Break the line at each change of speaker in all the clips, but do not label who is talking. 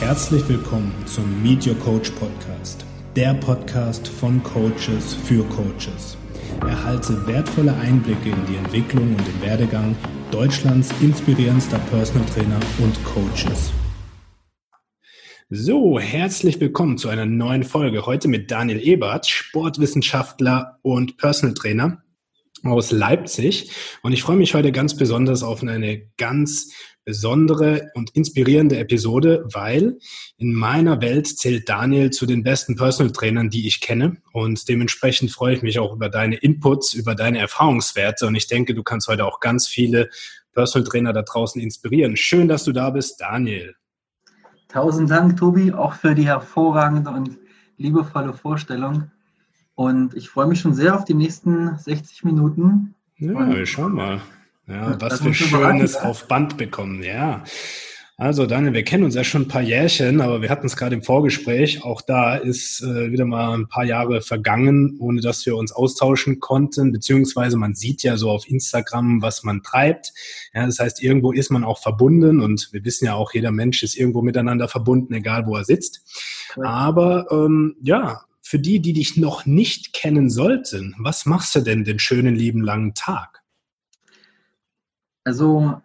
Herzlich willkommen zum Meet Your Coach Podcast, der Podcast von Coaches für Coaches. Erhalte wertvolle Einblicke in die Entwicklung und den Werdegang Deutschlands inspirierendster Personal Trainer und Coaches. So, herzlich willkommen zu einer neuen Folge. Heute mit Daniel Ebert, Sportwissenschaftler und Personal Trainer aus Leipzig. Und ich freue mich heute ganz besonders auf eine ganz besondere und inspirierende Episode, weil in meiner Welt zählt Daniel zu den besten Personal Trainern, die ich kenne. Und dementsprechend freue ich mich auch über deine Inputs, über deine Erfahrungswerte. Und ich denke, du kannst heute auch ganz viele Personal Trainer da draußen inspirieren. Schön, dass du da bist, Daniel.
Tausend Dank, Tobi, auch für die hervorragende und liebevolle Vorstellung. Und ich freue mich schon sehr auf die nächsten 60 Minuten.
Ja, wir schauen mal, was wir Schönes auf Band bekommen. Ja, also Daniel, wir kennen uns ja schon ein paar Jährchen, aber wir hatten es gerade im Vorgespräch. Auch da ist wieder mal ein paar Jahre vergangen, ohne dass wir uns austauschen konnten, beziehungsweise man sieht ja so auf Instagram, was man treibt. Ja, das heißt, irgendwo ist man auch verbunden und wir wissen ja auch, jeder Mensch ist irgendwo miteinander verbunden, egal wo er sitzt. Cool. Aber für die dich noch nicht kennen sollten, was machst du denn den schönen, lieben, langen Tag?
Also,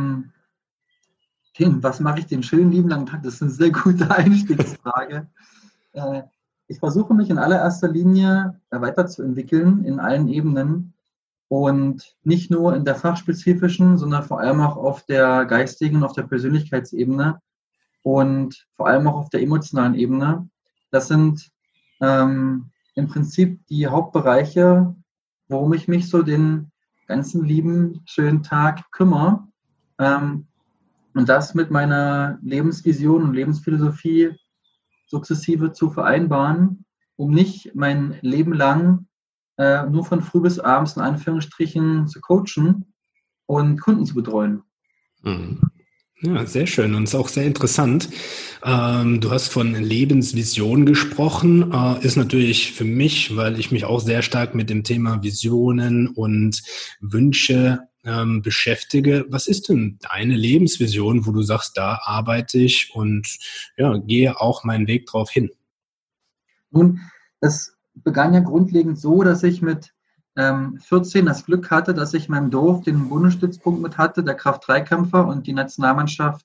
was mache ich den schönen, lieben, langen Tag? Das ist eine sehr gute Einstiegsfrage. Ich versuche mich in allererster Linie weiterzuentwickeln in allen Ebenen und nicht nur in der fachspezifischen, sondern vor allem auch auf der geistigen, auf der Persönlichkeitsebene und vor allem auch auf der emotionalen Ebene. Das sind im Prinzip die Hauptbereiche, worum ich mich so den ganzen lieben, schönen Tag kümmere. Und das mit meiner Lebensvision und Lebensphilosophie sukzessive zu vereinbaren, um nicht mein Leben lang nur von früh bis abends in Anführungsstrichen zu coachen und Kunden zu betreuen.
Mhm. Ja, sehr schön und ist auch sehr interessant. Du hast von Lebensvision gesprochen, ist natürlich für mich, weil ich mich auch sehr stark mit dem Thema Visionen und Wünsche beschäftige. Was ist denn deine Lebensvision, wo du sagst, da arbeite ich und gehe auch meinen Weg drauf hin?
Nun, es begann ja grundlegend so, dass ich mit 14 das Glück hatte, dass ich in meinem Dorf den Bundesstützpunkt mit hatte, der Kraft-3-Kämpfer und die Nationalmannschaft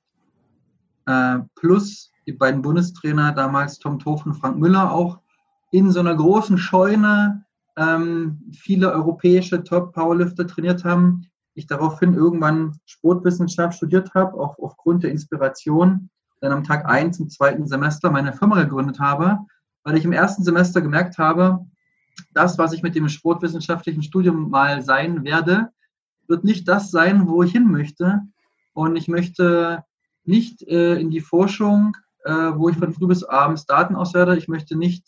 plus die beiden Bundestrainer, damals Tom Toft und Frank Müller, auch in so einer großen Scheune viele europäische Top-Powerlifter trainiert haben. Ich daraufhin irgendwann Sportwissenschaft studiert habe, auch aufgrund der Inspiration, dann am Tag 1 im zweiten Semester meine Firma gegründet habe, weil ich im ersten Semester gemerkt habe, das, was ich mit dem sportwissenschaftlichen Studium mal sein werde, wird nicht das sein, wo ich hin möchte. Und ich möchte nicht in die Forschung, wo ich von früh bis abends Daten auswerte. Ich möchte nicht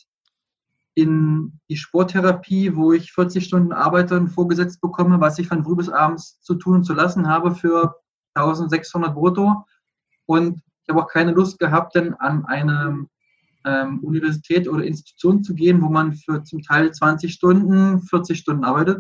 in die Sporttherapie, wo ich 40 Stunden arbeite und vorgesetzt bekomme, was ich von früh bis abends zu tun und zu lassen habe für 1600 brutto. Und ich habe auch keine Lust gehabt, denn an eine Universität oder Institution zu gehen, wo man für zum Teil 20 Stunden, 40 Stunden arbeitet,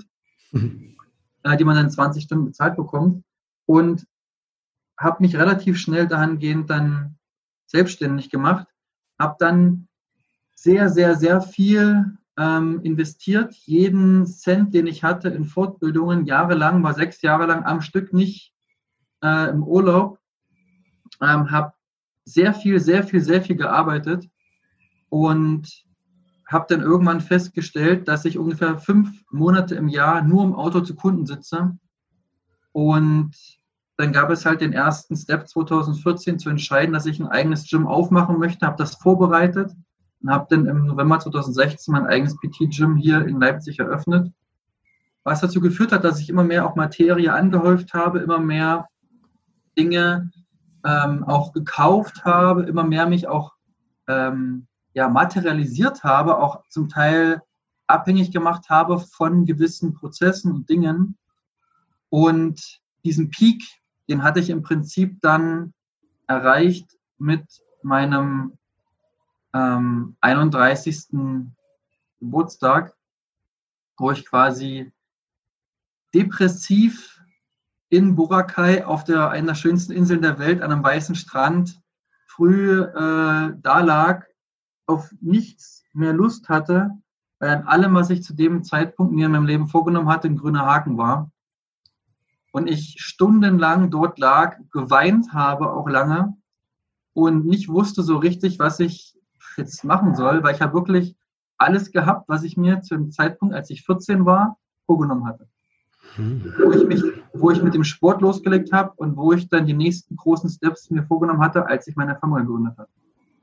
die man dann 20 Stunden bezahlt bekommt, und habe mich relativ schnell dahingehend dann selbstständig gemacht, habe dann sehr, sehr, sehr viel investiert, jeden Cent, den ich hatte, in Fortbildungen, jahrelang, war 6 Jahre lang am Stück nicht im Urlaub, habe sehr viel gearbeitet und habe dann irgendwann festgestellt, dass ich ungefähr 5 Monate im Jahr nur im Auto zu Kunden sitze. Und dann gab es halt den ersten Step 2014 zu entscheiden, dass ich ein eigenes Gym aufmachen möchte, habe das vorbereitet und habe dann im November 2016 mein eigenes PT-Gym hier in Leipzig eröffnet, was dazu geführt hat, dass ich immer mehr auch Materie angehäuft habe, immer mehr Dinge auch gekauft habe, immer mehr mich auch materialisiert habe, auch zum Teil abhängig gemacht habe von gewissen Prozessen und Dingen. Und diesen Peak, den hatte ich im Prinzip dann erreicht mit meinem 31. Geburtstag, wo ich quasi depressiv in Boracay auf einer der schönsten Inseln der Welt an einem weißen Strand früh da lag, auf nichts mehr Lust hatte, weil an allem, was ich zu dem Zeitpunkt mir in meinem Leben vorgenommen hatte, ein grüner Haken war. Und ich stundenlang dort lag, geweint habe auch lange und nicht wusste so richtig, was ich jetzt machen soll, weil ich habe wirklich alles gehabt, was ich mir zu dem Zeitpunkt, als ich 14 war, vorgenommen hatte. Wo ich mit dem Sport losgelegt habe und wo ich dann die nächsten großen Steps mir vorgenommen hatte, als ich meine Firma gegründet habe.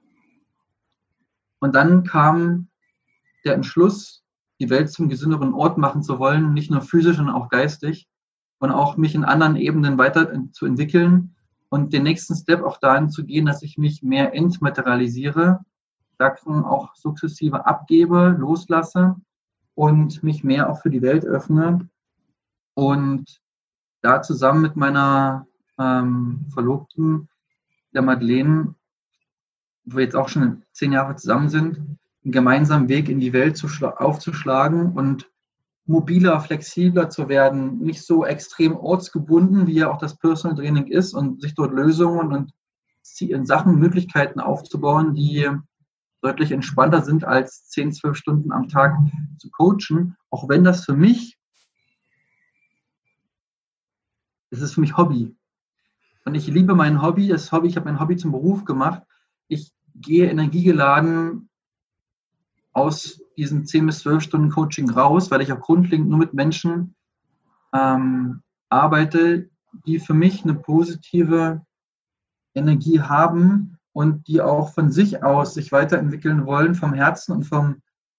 Und dann kam der Entschluss, die Welt zum gesünderen Ort machen zu wollen, nicht nur physisch, sondern auch geistig und auch mich in anderen Ebenen weiter zu entwickeln und den nächsten Step auch dahin zu gehen, dass ich mich mehr entmaterialisiere, Sachen auch sukzessive abgebe, loslasse und mich mehr auch für die Welt öffne und da zusammen mit meiner Verlobten, der Madeleine, wo wir jetzt auch schon 10 Jahre zusammen sind, einen gemeinsamen Weg in die Welt aufzuschlagen und mobiler, flexibler zu werden, nicht so extrem ortsgebunden, wie ja auch das Personal Training ist und sich dort Lösungen und Sachen, Möglichkeiten aufzubauen, die deutlich entspannter sind, als 10, 12 Stunden am Tag zu coachen, auch wenn das für mich, das ist für mich Hobby. Und ich liebe mein Hobby, ich habe mein Hobby zum Beruf gemacht. Ich gehe energiegeladen aus diesen 10 bis 12 Stunden Coaching raus, weil ich auch grundlegend nur mit Menschen arbeite, die für mich eine positive Energie haben und die auch von sich aus sich weiterentwickeln wollen, vom Herzen und vom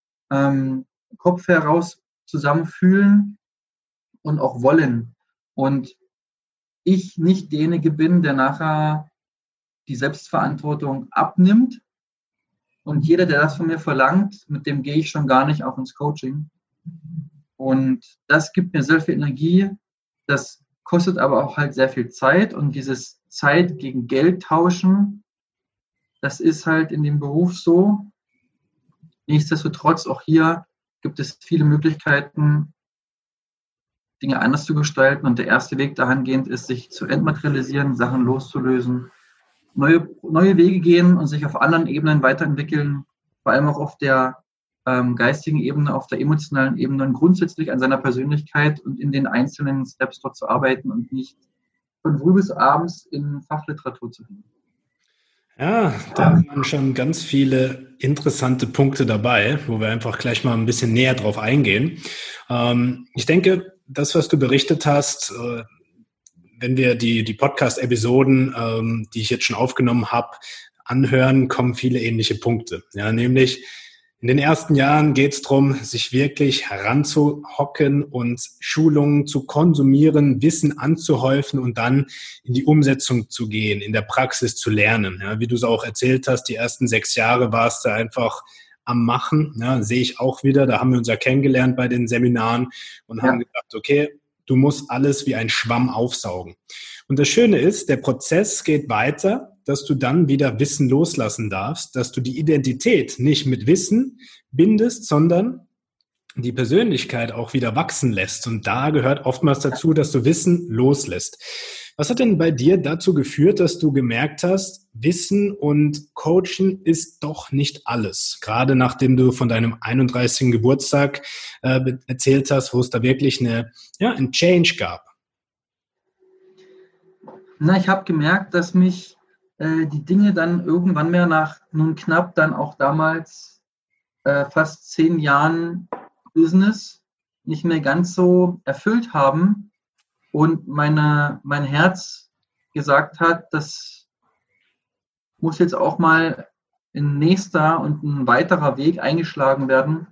Kopf heraus zusammenfühlen und auch wollen. Und ich nicht derjenige bin, der nachher die Selbstverantwortung abnimmt. Und jeder, der das von mir verlangt, mit dem gehe ich schon gar nicht auch ins Coaching. Und das gibt mir sehr viel Energie. Das kostet aber auch halt sehr viel Zeit. Und dieses Zeit gegen Geld tauschen, das ist halt in dem Beruf so. Nichtsdestotrotz, auch hier gibt es viele Möglichkeiten, Dinge anders zu gestalten. Und der erste Weg dahingehend ist, sich zu entmaterialisieren, Sachen loszulösen, neue Wege gehen und sich auf anderen Ebenen weiterentwickeln, vor allem auch auf der geistigen Ebene, auf der emotionalen Ebene und grundsätzlich an seiner Persönlichkeit und in den einzelnen Steps dort zu arbeiten und nicht von früh bis abends in Fachliteratur zu gehen.
Ja, da waren schon ganz viele interessante Punkte dabei, wo wir einfach gleich mal ein bisschen näher drauf eingehen. Ich denke, das, was du berichtet hast, wenn wir die Podcast-Episoden, die ich jetzt schon aufgenommen habe, anhören, kommen viele ähnliche Punkte. Ja, nämlich in den ersten Jahren geht es darum, sich wirklich heranzuhocken und Schulungen zu konsumieren, Wissen anzuhäufen und dann in die Umsetzung zu gehen, in der Praxis zu lernen. Ja, wie du es auch erzählt hast, die ersten 6 Jahre warst du einfach am Machen. Ja, sehe ich auch wieder. Da haben wir uns ja kennengelernt bei den Seminaren und haben gesagt, okay, du musst alles wie ein Schwamm aufsaugen. Und das Schöne ist, der Prozess geht weiter, dass du dann wieder Wissen loslassen darfst, dass du die Identität nicht mit Wissen bindest, sondern die Persönlichkeit auch wieder wachsen lässt. Und da gehört oftmals dazu, dass du Wissen loslässt. Was hat denn bei dir dazu geführt, dass du gemerkt hast, Wissen und Coaching ist doch nicht alles? Gerade nachdem du von deinem 31. Geburtstag erzählt hast, wo es da wirklich ein Change gab.
Ich habe gemerkt, dass mich die Dinge dann irgendwann mehr nach nun knapp dann auch damals fast 10 Jahren Business nicht mehr ganz so erfüllt haben und mein Herz gesagt hat, das muss jetzt auch mal ein nächster und ein weiterer Weg eingeschlagen werden.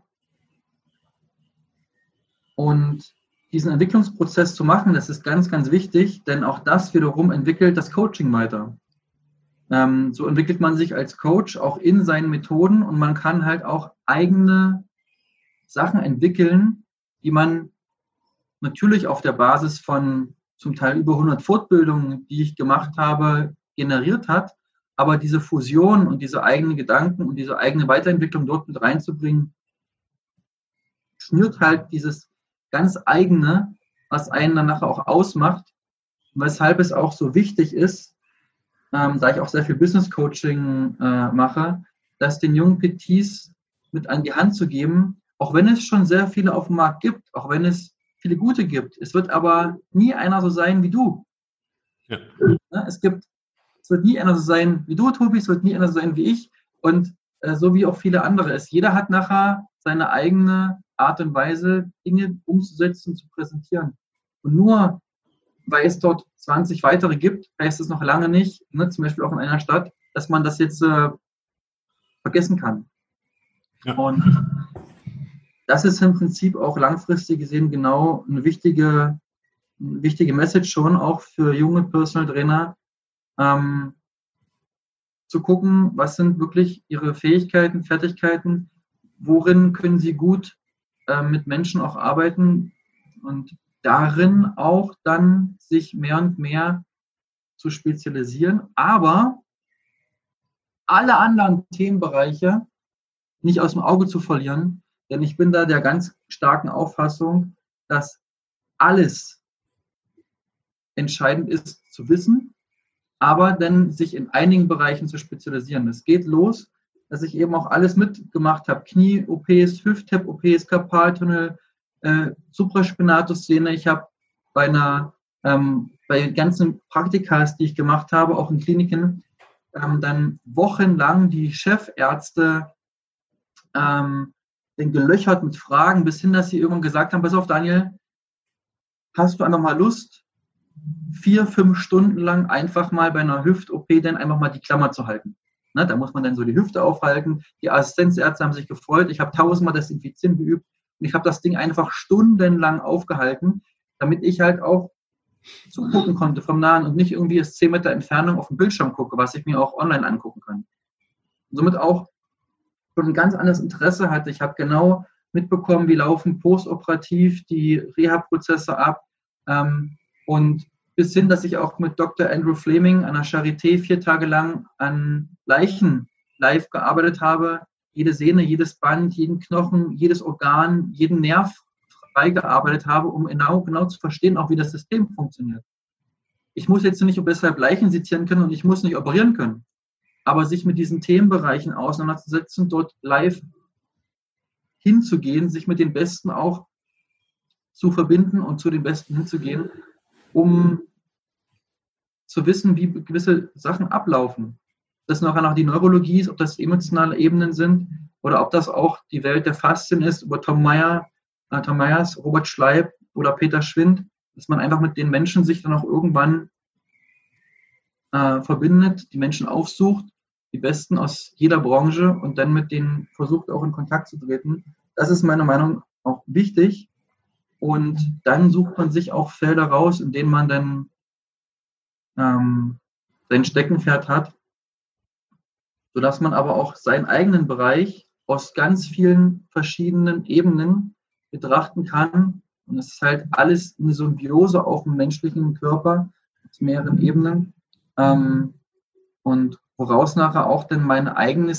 Und diesen Entwicklungsprozess zu machen, das ist ganz, ganz wichtig, denn auch das wiederum entwickelt das Coaching weiter. So entwickelt man sich als Coach auch in seinen Methoden und man kann halt auch eigene Sachen entwickeln, die man natürlich auf der Basis von zum Teil über 100 Fortbildungen, die ich gemacht habe, generiert hat, aber diese Fusion und diese eigenen Gedanken und diese eigene Weiterentwicklung dort mit reinzubringen, schnürt halt dieses ganz eigene, was einen dann nachher auch ausmacht, weshalb es auch so wichtig ist, da ich auch sehr viel Business Coaching mache, das den jungen PTs mit an die Hand zu geben, auch wenn es schon sehr viele auf dem Markt gibt, auch wenn es viele gute gibt. Es wird aber nie einer so sein wie du. Ja. Es wird nie einer so sein wie du, Tobi, es wird nie einer so sein wie ich und so wie auch viele andere es. Jeder hat nachher seine eigene Art und Weise, Dinge umzusetzen, zu präsentieren. Und nur weil es dort 20 weitere gibt, heißt es noch lange nicht, zum Beispiel auch in einer Stadt, dass man das jetzt vergessen kann. Ja. Und das ist im Prinzip auch langfristig gesehen genau eine wichtige Message schon auch für junge Personal Trainer, zu gucken, was sind wirklich ihre Fähigkeiten, Fertigkeiten, worin können sie gut mit Menschen auch arbeiten und darin auch dann sich mehr und mehr zu spezialisieren, aber alle anderen Themenbereiche nicht aus dem Auge zu verlieren, denn ich bin da der ganz starken Auffassung, dass alles entscheidend ist zu wissen, aber dann sich in einigen Bereichen zu spezialisieren. Es geht los, dass ich eben auch alles mitgemacht habe. Knie-OPs, Hüft-Tap-OPs, Karpaltunnel, Supraspinatus-Szene. Ich habe bei ganzen Praktikas, die ich gemacht habe, auch in Kliniken, dann wochenlang die Chefärzte gelöchert mit Fragen, bis hin, dass sie irgendwann gesagt haben, pass auf, Daniel, hast du einfach mal Lust, 4-5 Stunden lang einfach mal bei einer Hüft-OP dann einfach mal die Klammer zu halten. Ne, da muss man dann so die Hüfte aufhalten. Die Assistenzärzte haben sich gefreut. Ich habe 1000-mal Desinfizieren geübt und ich habe das Ding einfach stundenlang aufgehalten, damit ich halt auch zugucken konnte vom Nahen und nicht irgendwie aus 10 Meter Entfernung auf dem Bildschirm gucke, was ich mir auch online angucken kann. Und somit auch schon ein ganz anderes Interesse hatte. Ich habe genau mitbekommen, wie laufen postoperativ die Reha-Prozesse ab, und bis hin, dass ich auch mit Dr. Andrew Fleming an der Charité 4 Tage lang an Leichen live gearbeitet habe, jede Sehne, jedes Band, jeden Knochen, jedes Organ, jeden Nerv freigearbeitet habe, um genau zu verstehen, auch wie das System funktioniert. Ich muss jetzt nicht deshalb Leichen sezieren können und ich muss nicht operieren können, aber sich mit diesen Themenbereichen auseinanderzusetzen, dort live hinzugehen, sich mit den Besten auch zu verbinden und zu den Besten hinzugehen, um zu wissen, wie gewisse Sachen ablaufen. Das nachher noch die Neurologie ist, ob das emotionale Ebenen sind oder ob das auch die Welt der Faszien ist, über Tom Myers, Robert Schleib oder Peter Schwind, dass man einfach mit den Menschen sich dann auch irgendwann verbindet, die Menschen aufsucht, die Besten aus jeder Branche und dann mit denen versucht auch in Kontakt zu treten. Das ist meiner Meinung nach auch wichtig. Und dann sucht man sich auch Felder raus, in denen man dann sein Steckenpferd hat, sodass man aber auch seinen eigenen Bereich aus ganz vielen verschiedenen Ebenen betrachten kann. Und es ist halt alles eine Symbiose auf dem menschlichen Körper mit mehreren Ebenen. Und woraus nachher auch dann meine eigene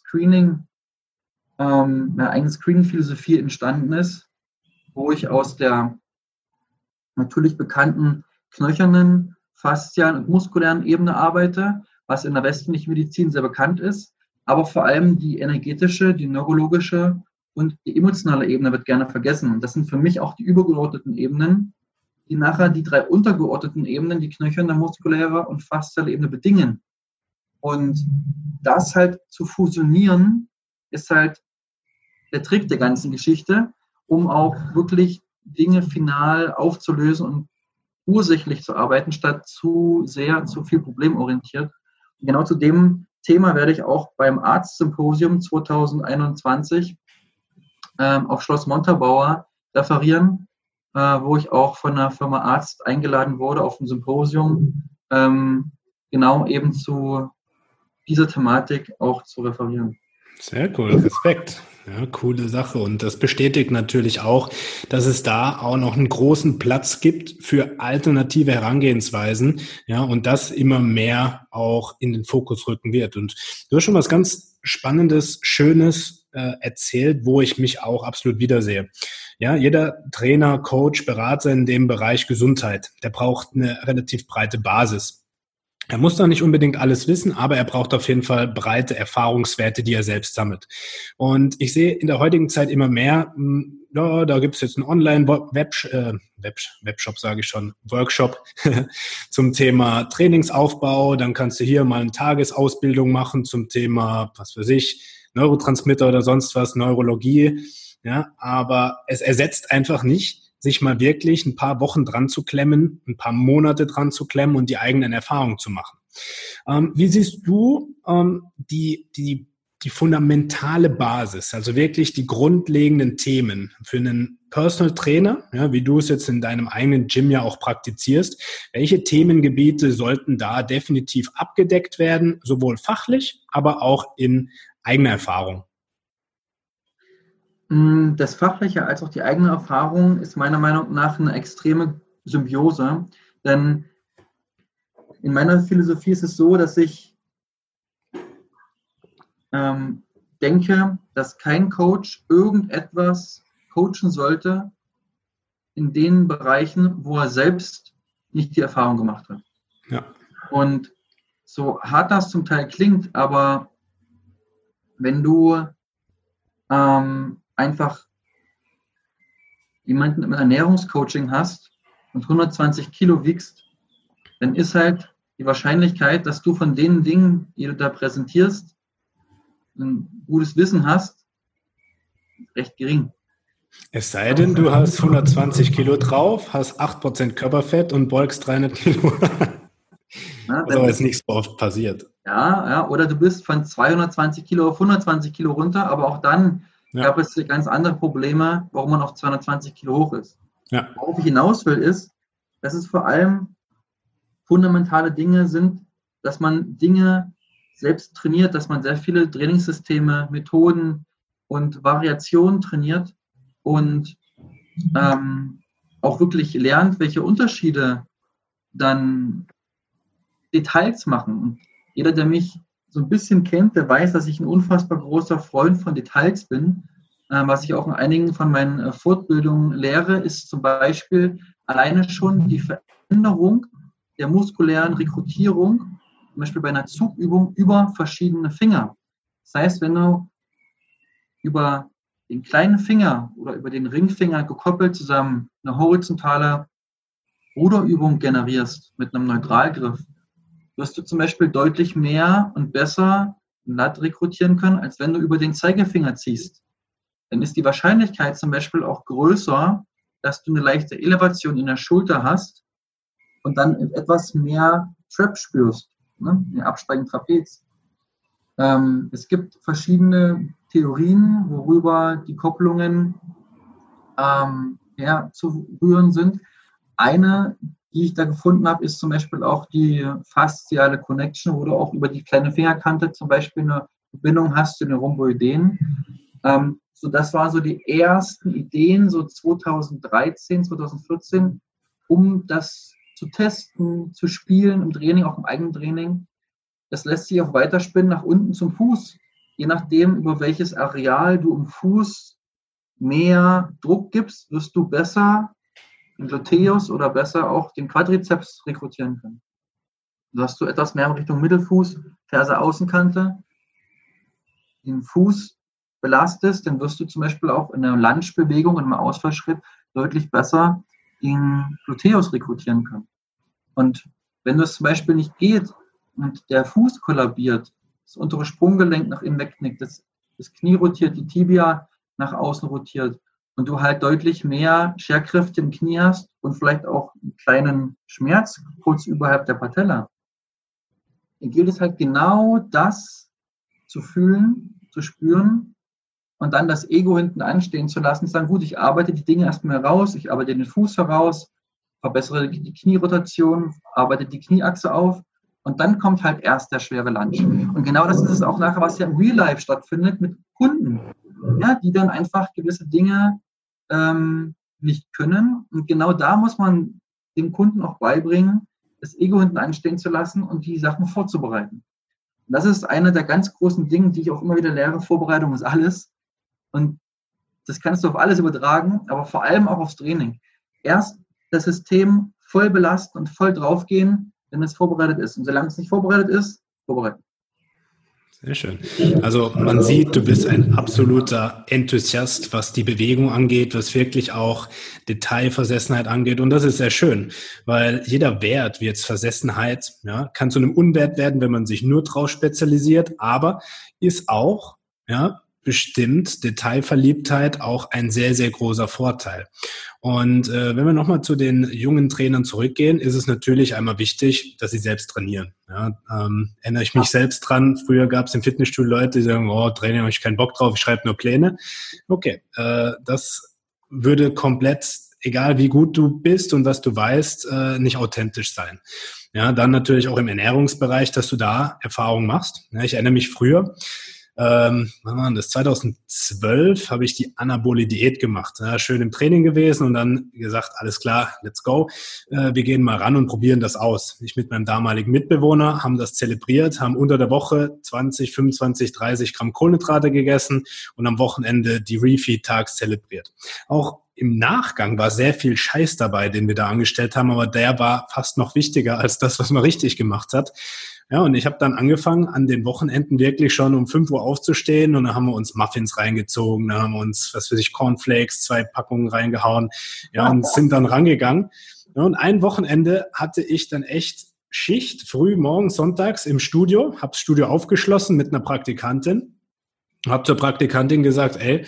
Screening-Philosophie entstanden ist, wo ich aus der natürlich bekannten knöchernen, faszialen und muskulären Ebene arbeite, was in der westlichen Medizin sehr bekannt ist, aber vor allem die energetische, die neurologische und die emotionale Ebene wird gerne vergessen. Und das sind für mich auch die übergeordneten Ebenen, die nachher die 3 untergeordneten Ebenen, die knöcherne, muskuläre und fasziale Ebene bedingen. Und das halt zu fusionieren, ist halt der Trick der ganzen Geschichte, um auch wirklich Dinge final aufzulösen und ursächlich zu arbeiten, statt zu viel problemorientiert. Und genau zu dem Thema werde ich auch beim Arztsymposium 2021 auf Schloss Montabaur referieren, wo ich auch von der Firma Arzt eingeladen wurde auf ein Symposium, genau eben zu dieser Thematik auch zu referieren.
Sehr cool, Respekt. Ja, coole Sache. Und das bestätigt natürlich auch, dass es da auch noch einen großen Platz gibt für alternative Herangehensweisen, ja, und das immer mehr auch in den Fokus rücken wird. Und du hast schon was ganz Spannendes, Schönes erzählt, wo ich mich auch absolut wiedersehe. Ja, jeder Trainer, Coach, Berater in dem Bereich Gesundheit, der braucht eine relativ breite Basis. Er muss doch nicht unbedingt alles wissen, aber er braucht auf jeden Fall breite Erfahrungswerte, die er selbst sammelt. Und ich sehe in der heutigen Zeit immer mehr, ja, da gibt es jetzt einen Online-Webshop, sage ich schon, Workshop zum Thema Trainingsaufbau. Dann kannst du hier mal eine Tagesausbildung machen zum Thema, was weiß ich, Neurotransmitter oder sonst was, Neurologie. Ja, aber es ersetzt einfach nicht, sich mal wirklich ein paar Wochen dran zu klemmen, ein paar Monate dran zu klemmen und die eigenen Erfahrungen zu machen. Wie siehst du die fundamentale Basis, also wirklich die grundlegenden Themen für einen Personal Trainer, ja, wie du es jetzt in deinem eigenen Gym ja auch praktizierst? Welche Themengebiete sollten da definitiv abgedeckt werden, sowohl fachlich, aber auch in eigener Erfahrung?
Das Fachliche als auch die eigene Erfahrung ist meiner Meinung nach eine extreme Symbiose. Denn in meiner Philosophie ist es so, dass ich denke, dass kein Coach irgendetwas coachen sollte in den Bereichen, wo er selbst nicht die Erfahrung gemacht hat.
Ja.
Und so hart das zum Teil klingt, aber wenn du einfach jemanden im Ernährungscoaching hast und 120 Kilo wiegst, dann ist halt die Wahrscheinlichkeit, dass du von den Dingen, die du da präsentierst, ein gutes Wissen hast, recht gering.
Es sei denn, du hast 120 Kilo drauf, hast 8% Körperfett und beugst 300 Kilo.
Ja,
was aber jetzt nicht so oft passiert.
Ja, oder du bist von 220 Kilo auf 120 Kilo runter, aber auch dann gab es ganz andere Probleme, warum man auf 220 Kilo hoch ist.
Ja.
Worauf ich hinaus will, ist, dass es vor allem fundamentale Dinge sind, dass man Dinge selbst trainiert, dass man sehr viele Trainingssysteme, Methoden und Variationen trainiert und auch wirklich lernt, welche Unterschiede dann Details machen. Und jeder, der mich so ein bisschen kennt, der weiß, dass ich ein unfassbar großer Freund von Details bin. Was ich auch in einigen von meinen Fortbildungen lehre, ist zum Beispiel alleine schon die Veränderung der muskulären Rekrutierung, zum Beispiel bei einer Zugübung über verschiedene Finger. Das heißt, wenn du über den kleinen Finger oder über den Ringfinger gekoppelt zusammen eine horizontale Ruderübung generierst mit einem Neutralgriff, wirst du zum Beispiel deutlich mehr und besser Lat rekrutieren können, als wenn du über den Zeigefinger ziehst. Dann ist die Wahrscheinlichkeit zum Beispiel auch größer, dass du eine leichte Elevation in der Schulter hast und dann etwas mehr Trap spürst, ne? Den absteigenden Trapez. Es gibt verschiedene Theorien, worüber die Kopplungen zu rühren sind. Eine, die ich da gefunden habe, ist zum Beispiel auch die fasziale Connection, wo du auch über die kleine Fingerkante zum Beispiel eine Verbindung hast zu den Rhomboideen. So, das war so die ersten Ideen, so 2013, 2014, um das zu testen, zu spielen im Training, auch im eigenen Training. Das lässt sich auch weiterspinnen nach unten zum Fuß. Je nachdem, über welches Areal du im Fuß mehr Druck gibst, wirst du besser den Gluteus oder besser auch den Quadrizeps rekrutieren können. Also hast du etwas mehr in Richtung Mittelfuß, Ferse Außenkante, den Fuß belastest, dann wirst du zum Beispiel auch in einer Lunge-Bewegung, in einem Ausfallschritt deutlich besser den Gluteus rekrutieren können. Und wenn das zum Beispiel nicht geht und der Fuß kollabiert, das untere Sprunggelenk nach innen wegknickt, das Knie rotiert, die Tibia nach außen rotiert und du halt deutlich mehr Scherkräfte im Knie hast und vielleicht auch einen kleinen Schmerz kurz überhalb der Patella, dann gilt es halt genau das zu fühlen, zu spüren und dann das Ego hinten anstehen zu lassen, zu sagen, gut, ich arbeite die Dinge erstmal raus, ich arbeite den Fuß heraus, verbessere die Knierotation, arbeite die Knieachse auf und dann kommt halt erst der schwere Lunge. Und genau das ist es auch nachher, was ja im Real Life stattfindet mit Kunden, ja, die dann einfach gewisse Dinge nicht können. Und genau da muss man dem Kunden auch beibringen, das Ego hinten anstehen zu lassen und die Sachen vorzubereiten. Und das ist eine der ganz großen Dinge, die ich auch immer wieder lehre. Vorbereitung ist alles. Und das kannst du auf alles übertragen, aber vor allem auch aufs Training. Erst das System voll belasten und voll draufgehen, wenn es vorbereitet ist. Und solange es nicht vorbereitet ist, vorbereiten.
Sehr schön. Also man sieht, du bist ein absoluter Enthusiast, was die Bewegung angeht, was wirklich auch Detailversessenheit angeht. Und das ist sehr schön, weil jeder Wert, wie jetzt Versessenheit, ja, kann zu einem Unwert werden, wenn man sich nur drauf spezialisiert, aber ist auch, ja, bestimmt Detailverliebtheit auch ein sehr, sehr großer Vorteil. Und wenn wir nochmal zu den jungen Trainern zurückgehen, ist es natürlich einmal wichtig, dass sie selbst trainieren. Ja, erinnere ich mich selbst dran, früher gab es im Fitnessstudio Leute, die sagen, oh, Training habe ich keinen Bock drauf, ich schreibe nur Pläne. Okay, das würde komplett, egal wie gut du bist und was du weißt, nicht authentisch sein. Ja, dann natürlich auch im Ernährungsbereich, dass du da Erfahrungen machst. Ja, ich erinnere mich früher, wann war das? 2012 habe ich die anabole Diät gemacht. Ja, schön im Training gewesen und dann gesagt, alles klar, let's go. Wir gehen mal ran und probieren das aus. Ich mit meinem damaligen Mitbewohner haben das zelebriert, haben unter der Woche 20, 25, 30 Gramm Kohlenhydrate gegessen und am Wochenende die Refeed-Tags zelebriert. Auch im Nachgang war sehr viel Scheiß dabei, den wir da angestellt haben, aber der war fast noch wichtiger als das, was man richtig gemacht hat. Ja, und ich habe dann angefangen, an den Wochenenden wirklich schon um 5 Uhr aufzustehen und dann haben wir uns Muffins reingezogen, dann haben wir uns, was weiß ich, Cornflakes, 2 Packungen reingehauen, ja, und sind dann rangegangen. Ja, und ein Wochenende hatte ich dann echt Schicht, früh morgens, sonntags im Studio, habe das Studio aufgeschlossen mit einer Praktikantin, habe zur Praktikantin gesagt, ey,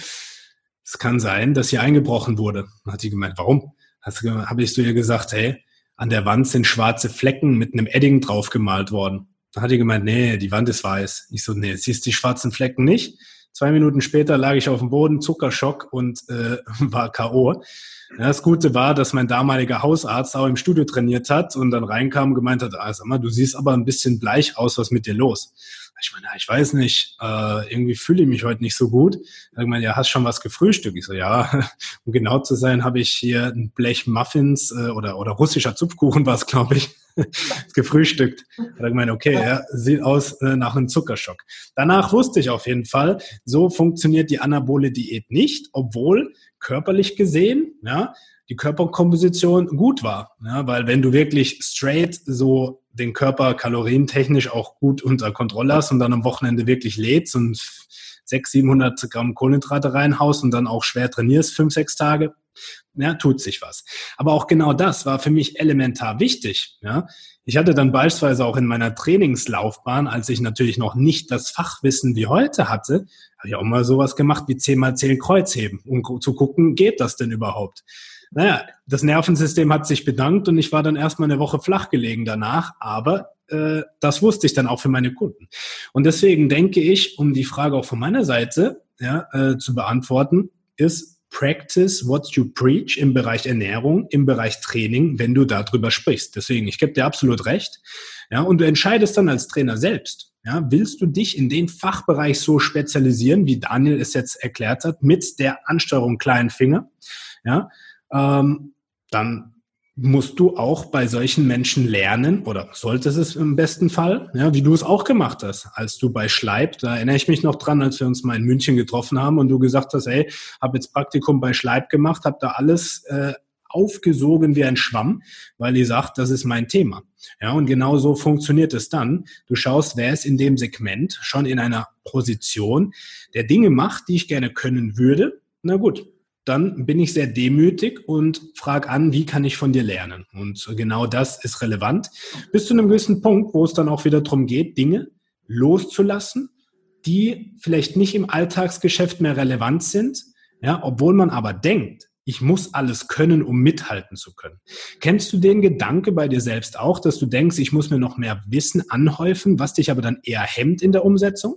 es kann sein, dass hier eingebrochen wurde. Dann hat sie gemeint, warum? Habe ich zu ihr gesagt, hey, an der Wand sind schwarze Flecken mit einem Edding drauf gemalt worden. Dann hat die gemeint, nee, die Wand ist weiß. Ich so, nee, siehst du die schwarzen Flecken nicht? 2 Minuten später lag ich auf dem Boden, Zuckerschock und war K.O. Ja, das Gute war, dass mein damaliger Hausarzt auch im Studio trainiert hat und dann reinkam und gemeint hat, sag mal, du siehst aber ein bisschen bleich aus, was mit dir los? Ich meine, ich weiß nicht, irgendwie fühle ich mich heute nicht so gut. Ich meine, ja, hast schon was gefrühstückt? Ich so, ja, um genau zu sein, habe ich hier ein Blech Muffins oder russischer Zupfkuchen war es, glaube ich, gefrühstückt. Da habe ich gemeint, okay, ja, sieht aus nach einem Zuckerschock. Danach wusste ich auf jeden Fall, so funktioniert die anabole Diät nicht, obwohl körperlich gesehen, ja, die Körperkomposition gut war. Ja, weil wenn du wirklich straight so den Körper kalorientechnisch auch gut unter Kontrolle hast und dann am Wochenende wirklich lädst und 600, 700 Gramm Kohlenhydrate reinhaust und dann auch schwer trainierst, 5, 6 Tage, ja, tut sich was. Aber auch genau das war für mich elementar wichtig. Ja. Ich hatte dann beispielsweise auch in meiner Trainingslaufbahn, als ich natürlich noch nicht das Fachwissen wie heute hatte, habe ich auch mal sowas gemacht wie 10x10 Kreuzheben, um zu gucken, geht das denn überhaupt? Naja, das Nervensystem hat sich bedankt und ich war dann erstmal eine Woche flach gelegen danach, aber das wusste ich dann auch für meine Kunden. Und deswegen denke ich, um die Frage auch von meiner Seite zu beantworten, ist Practice what you preach im Bereich Ernährung, im Bereich Training, wenn du darüber sprichst. Deswegen, ich gebe dir absolut recht. Ja, und du entscheidest dann als Trainer selbst. Ja, willst du dich in den Fachbereich so spezialisieren, wie Daniel es jetzt erklärt hat, mit der Ansteuerung kleinen Finger? Ja, dann musst du auch bei solchen Menschen lernen oder solltest es im besten Fall, ja, wie du es auch gemacht hast, als du bei Schleib, da erinnere ich mich noch dran, als wir uns mal in München getroffen haben und du gesagt hast, hey, habe jetzt Praktikum bei Schleib gemacht, habe da alles aufgesogen wie ein Schwamm, weil ihr sagt, das ist mein Thema. Ja, und genau so funktioniert es dann. Du schaust, wer ist in dem Segment schon in einer Position, der Dinge macht, die ich gerne können würde. Na gut, dann bin ich sehr demütig und frage an, wie kann ich von dir lernen? Und genau das ist relevant. Bis zu einem gewissen Punkt, wo es dann auch wieder darum geht, Dinge loszulassen, die vielleicht nicht im Alltagsgeschäft mehr relevant sind, ja, obwohl man aber denkt, ich muss alles können, um mithalten zu können. Kennst du den Gedanke bei dir selbst auch, dass du denkst, ich muss mir noch mehr Wissen anhäufen, was dich aber dann eher hemmt in der Umsetzung?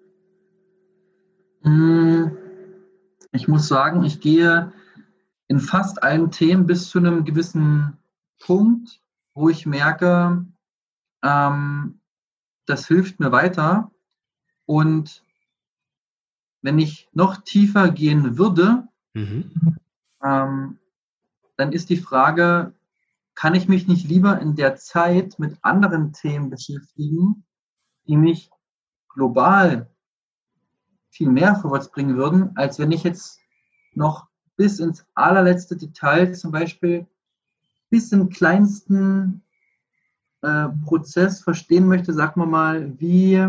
Ich muss sagen, ich gehe in fast allen Themen bis zu einem gewissen Punkt, wo ich merke, das hilft mir weiter. Und wenn ich noch tiefer gehen würde, dann ist die Frage, kann ich mich nicht lieber in der Zeit mit anderen Themen beschäftigen, die mich global viel mehr vorwärts bringen würden, als wenn ich jetzt noch bis ins allerletzte Detail, zum Beispiel bis in kleinsten Prozess verstehen möchte, sagen wir mal, wie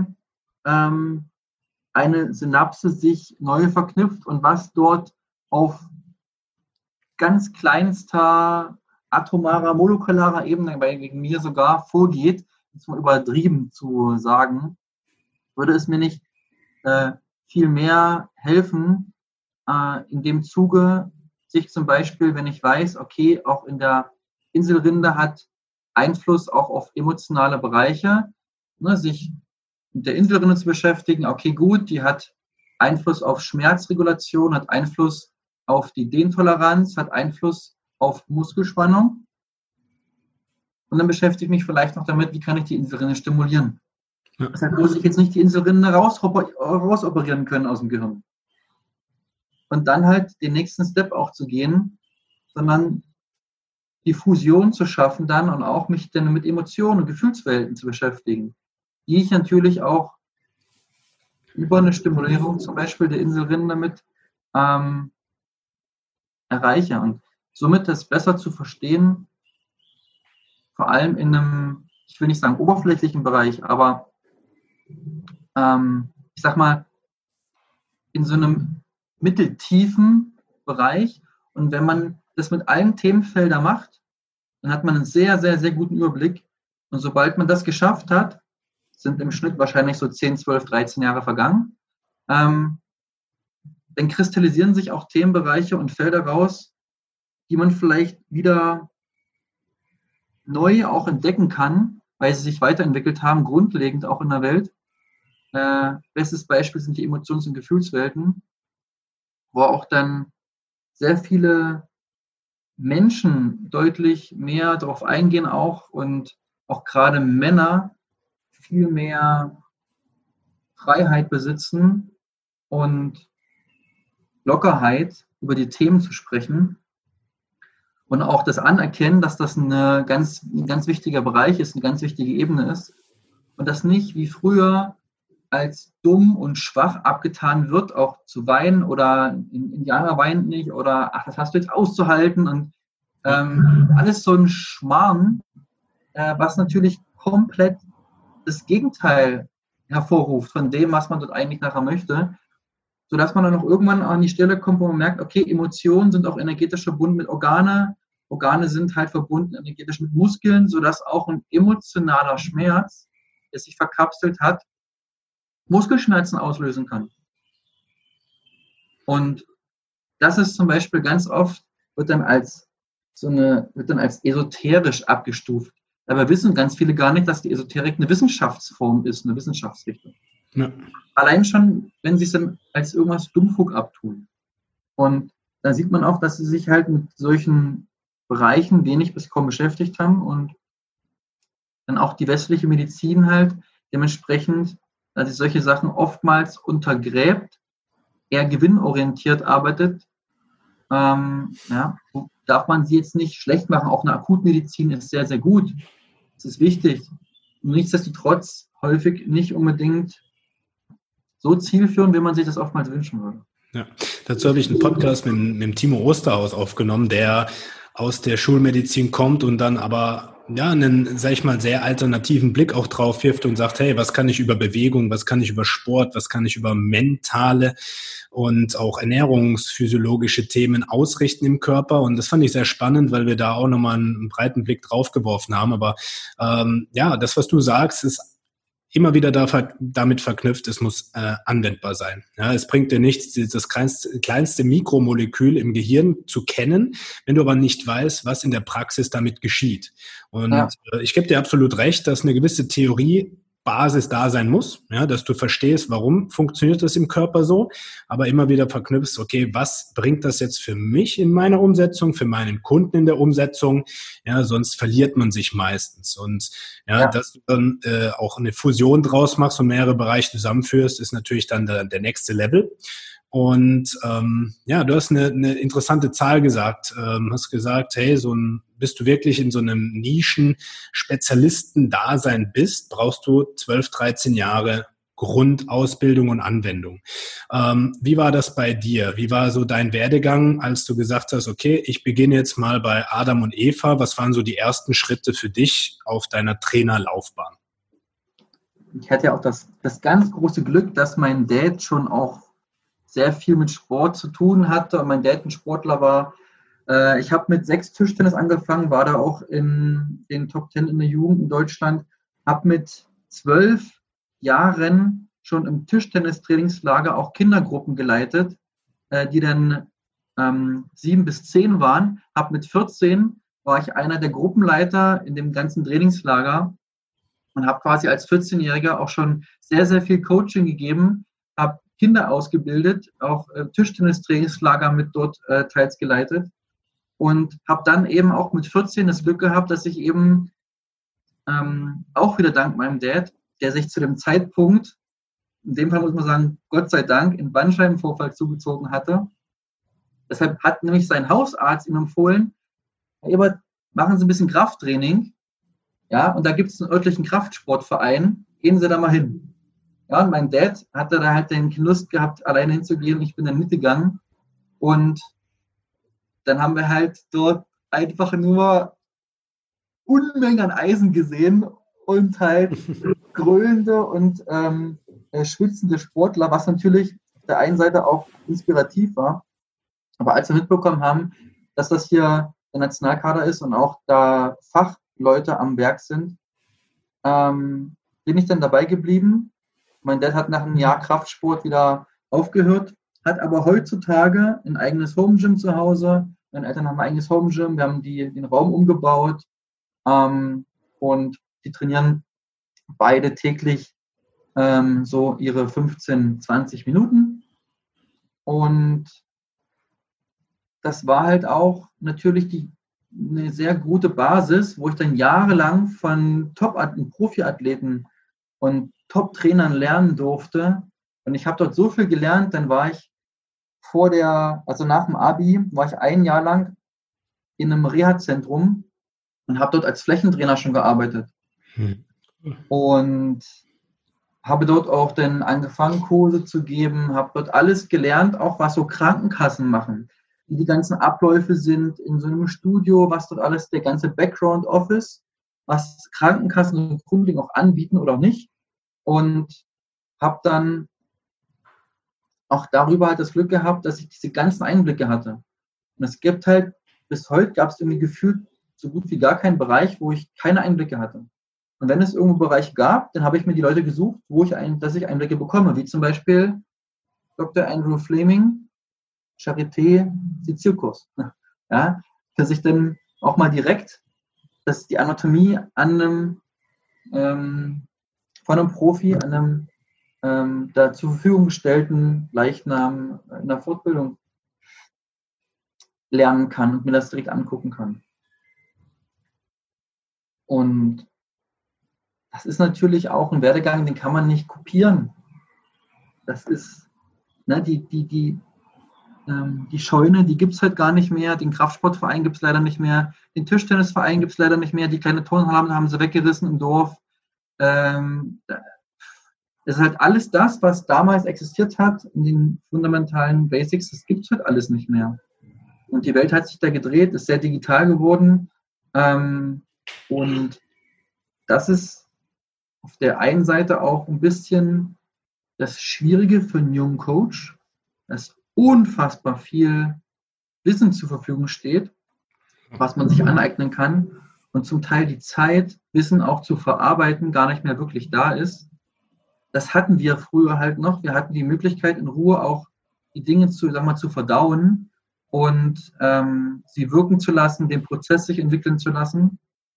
eine Synapse sich neu verknüpft und was dort auf ganz kleinster atomarer, molekularer Ebene, bei mir sogar vorgeht, jetzt mal übertrieben zu sagen, würde es mir nicht viel mehr helfen, in dem Zuge sich zum Beispiel, wenn ich weiß, okay, auch in der Inselrinde hat Einfluss auch auf emotionale Bereiche, ne, sich mit der Inselrinde zu beschäftigen, okay, gut, die hat Einfluss auf Schmerzregulation, hat Einfluss auf die Dehntoleranz, hat Einfluss auf Muskelspannung. Und dann beschäftige ich mich vielleicht noch damit, wie kann ich die Inselrinde stimulieren. Ja. Deshalb muss ich jetzt nicht die Inselrinde rausoperieren können aus dem Gehirn. Und dann halt den nächsten Step auch zu gehen, sondern die Fusion zu schaffen dann und auch mich dann mit Emotionen und Gefühlswelten zu beschäftigen, die ich natürlich auch über eine Stimulierung zum Beispiel der Inselrinde mit erreiche. Und somit das besser zu verstehen, vor allem in einem, ich will nicht sagen oberflächlichen Bereich, aber ich sag mal, in so einem mitteltiefen Bereich. Und wenn man das mit allen Themenfeldern macht, dann hat man einen sehr, sehr, sehr guten Überblick. Und sobald man das geschafft hat, sind im Schnitt wahrscheinlich so 10, 12, 13 Jahre vergangen, dann kristallisieren sich auch Themenbereiche und Felder raus, die man vielleicht wieder neu auch entdecken kann, weil sie sich weiterentwickelt haben, grundlegend auch in der Welt. Bestes Beispiel sind die Emotions- und Gefühlswelten, wo auch dann sehr viele Menschen deutlich mehr darauf eingehen auch und auch gerade Männer viel mehr Freiheit besitzen und Lockerheit über die Themen zu sprechen und auch das Anerkennen, dass das ein ganz wichtiger Bereich ist, eine ganz wichtige Ebene ist und das nicht wie früher als dumm und schwach abgetan wird, auch zu weinen oder Indianer weint nicht oder ach, das hast du jetzt auszuhalten und alles so ein Schmarrn, was natürlich komplett das Gegenteil hervorruft von dem, was man dort eigentlich nachher möchte, sodass man dann auch irgendwann an die Stelle kommt, wo man merkt, okay, Emotionen sind auch energetisch verbunden mit Organe sind halt verbunden energetisch mit Muskeln, sodass auch ein emotionaler Schmerz, der sich verkapselt hat, Muskelschmerzen auslösen kann. Und das ist zum Beispiel ganz oft, wird dann als esoterisch abgestuft. Dabei wissen ganz viele gar nicht, dass die Esoterik eine Wissenschaftsform ist, eine Wissenschaftsrichtung. Ja. Allein schon, wenn sie es dann als irgendwas Dummfug abtun. Und da sieht man auch, dass sie sich halt mit solchen Bereichen wenig bis kaum beschäftigt haben und dann auch die westliche Medizin halt dementsprechend, dass sie solche Sachen oftmals untergräbt, eher gewinnorientiert arbeitet. Darf man sie jetzt nicht schlecht machen. Auch eine Akutmedizin ist sehr, sehr gut. Das ist wichtig. Nichtsdestotrotz häufig nicht unbedingt so zielführend, wie man sich das oftmals wünschen würde.
Ja, dazu habe ich einen Podcast mit Timo Osterhaus aufgenommen, der aus der Schulmedizin kommt und dann aber einen, sag ich mal, sehr alternativen Blick auch drauf wirft und sagt, hey, was kann ich über Bewegung, was kann ich über Sport, was kann ich über mentale und auch ernährungsphysiologische Themen ausrichten im Körper. Und das fand ich sehr spannend, weil wir da auch nochmal einen breiten Blick drauf geworfen haben. Aber das, was du sagst, ist immer wieder damit verknüpft, es muss anwendbar sein. Ja, es bringt dir nichts, das kleinste Mikromolekül im Gehirn zu kennen, wenn du aber nicht weißt, was in der Praxis damit geschieht. Und ich gebe dir absolut recht, dass eine gewisse Theoriebasis da sein muss, ja, dass du verstehst, warum funktioniert das im Körper so, aber immer wieder verknüpfst, okay, was bringt das jetzt für mich in meiner Umsetzung, für meinen Kunden in der Umsetzung, ja, sonst verliert man sich meistens. Und dass du dann auch eine Fusion draus machst und mehrere Bereiche zusammenführst, ist natürlich dann der nächste Level. Und du hast eine interessante Zahl gesagt. Hast gesagt, hey, bis du wirklich in so einem Nischen-Spezialisten-Dasein bist, brauchst du 12, 13 Jahre Grundausbildung und Anwendung. Wie war das bei dir? Wie war so dein Werdegang, als du gesagt hast, okay, ich beginne jetzt mal bei Adam und Eva. Was waren so die ersten Schritte für dich auf deiner Trainerlaufbahn?
Ich hatte ja auch das ganz große Glück, dass mein Dad schon auch sehr viel mit Sport zu tun hatte und mein Dad ein Sportler war. Ich habe mit 6 Tischtennis angefangen, war da auch in den Top 10 in der Jugend in Deutschland, habe mit 12 Jahren schon im Tischtennistrainingslager auch Kindergruppen geleitet, die dann 7 bis 10 waren. Habe mit 14 war ich einer der Gruppenleiter in dem ganzen Trainingslager und habe quasi als 14-Jähriger auch schon sehr, sehr viel Coaching gegeben, habe Kinder ausgebildet, auch Tischtennistrainingslager mit dort teils geleitet und habe dann eben auch mit 14 das Glück gehabt, dass ich eben auch wieder dank meinem Dad, der sich zu dem Zeitpunkt, in dem Fall muss man sagen, Gott sei Dank, einen Bandscheibenvorfall zugezogen hatte. Deshalb hat nämlich sein Hausarzt ihm empfohlen, Herr Ebert, machen Sie ein bisschen Krafttraining. Ja, und da gibt es einen örtlichen Kraftsportverein, gehen Sie da mal hin. Ja, und mein Dad hatte da halt den Lust gehabt, alleine hinzugehen. Ich bin dann mitgegangen und dann haben wir halt dort einfach nur Unmengen an Eisen gesehen und halt grölende und schwitzende Sportler, was natürlich auf der einen Seite auch inspirativ war. Aber als wir mitbekommen haben, dass das hier der Nationalkader ist und auch da Fachleute am Werk sind, bin ich dann dabei geblieben. Mein Dad hat nach einem Jahr Kraftsport wieder aufgehört, hat aber heutzutage ein eigenes Home-Gym zu Hause. Meine Eltern haben ein eigenes Home-Gym, wir haben den Raum umgebaut und die trainieren beide täglich so ihre 15, 20 Minuten. Und das war halt auch natürlich eine sehr gute Basis, wo ich dann jahrelang von Profiathleten und Top-Trainern lernen durfte. Und ich habe dort so viel gelernt, dann war ich also nach dem Abi, war ich ein Jahr lang in einem Reha-Zentrum und habe dort als Flächentrainer schon gearbeitet. Und habe dort auch dann angefangen, Kurse zu geben, habe dort alles gelernt, auch was so Krankenkassen machen, wie die ganzen Abläufe sind in so einem Studio, was dort alles, der ganze Background Office, was Krankenkassen und Kunden auch anbieten oder auch nicht. Und habe dann auch darüber halt das Glück gehabt, dass ich diese ganzen Einblicke hatte. Und es gibt halt, bis heute gab es irgendwie gefühlt so gut wie gar keinen Bereich, wo ich keine Einblicke hatte. Und wenn es irgendwo Bereiche gab, dann habe ich mir die Leute gesucht, dass ich Einblicke bekomme, wie zum Beispiel Dr. Andrew Fleming, Charité, Sizilkurs. Ja, dass ich dann auch mal direkt, dass die Anatomie von einem Profi, an einem da zur Verfügung gestellten Leichnam in der Fortbildung lernen kann und mir das direkt angucken kann. Und das ist natürlich auch ein Werdegang, den kann man nicht kopieren. Das ist, ne, die Scheune, die gibt es halt gar nicht mehr. Den Kraftsportverein gibt es leider nicht mehr. Den Tischtennisverein gibt es leider nicht mehr. Die kleine Turnhalle haben sie weggerissen im Dorf. Es ist halt alles das, was damals existiert hat, in den fundamentalen Basics, das gibt es halt alles nicht mehr. Und die Welt hat sich da gedreht, ist sehr digital geworden. Und das ist auf der einen Seite auch ein bisschen das Schwierige für einen jungen Coach, dass unfassbar viel Wissen zur Verfügung steht, was man sich aneignen kann und zum Teil die Zeit, Wissen auch zu verarbeiten, gar nicht mehr wirklich da ist. Das hatten wir früher halt noch. Wir hatten die Möglichkeit, in Ruhe auch die Dinge zu verdauen und sie wirken zu lassen, den Prozess sich entwickeln zu lassen.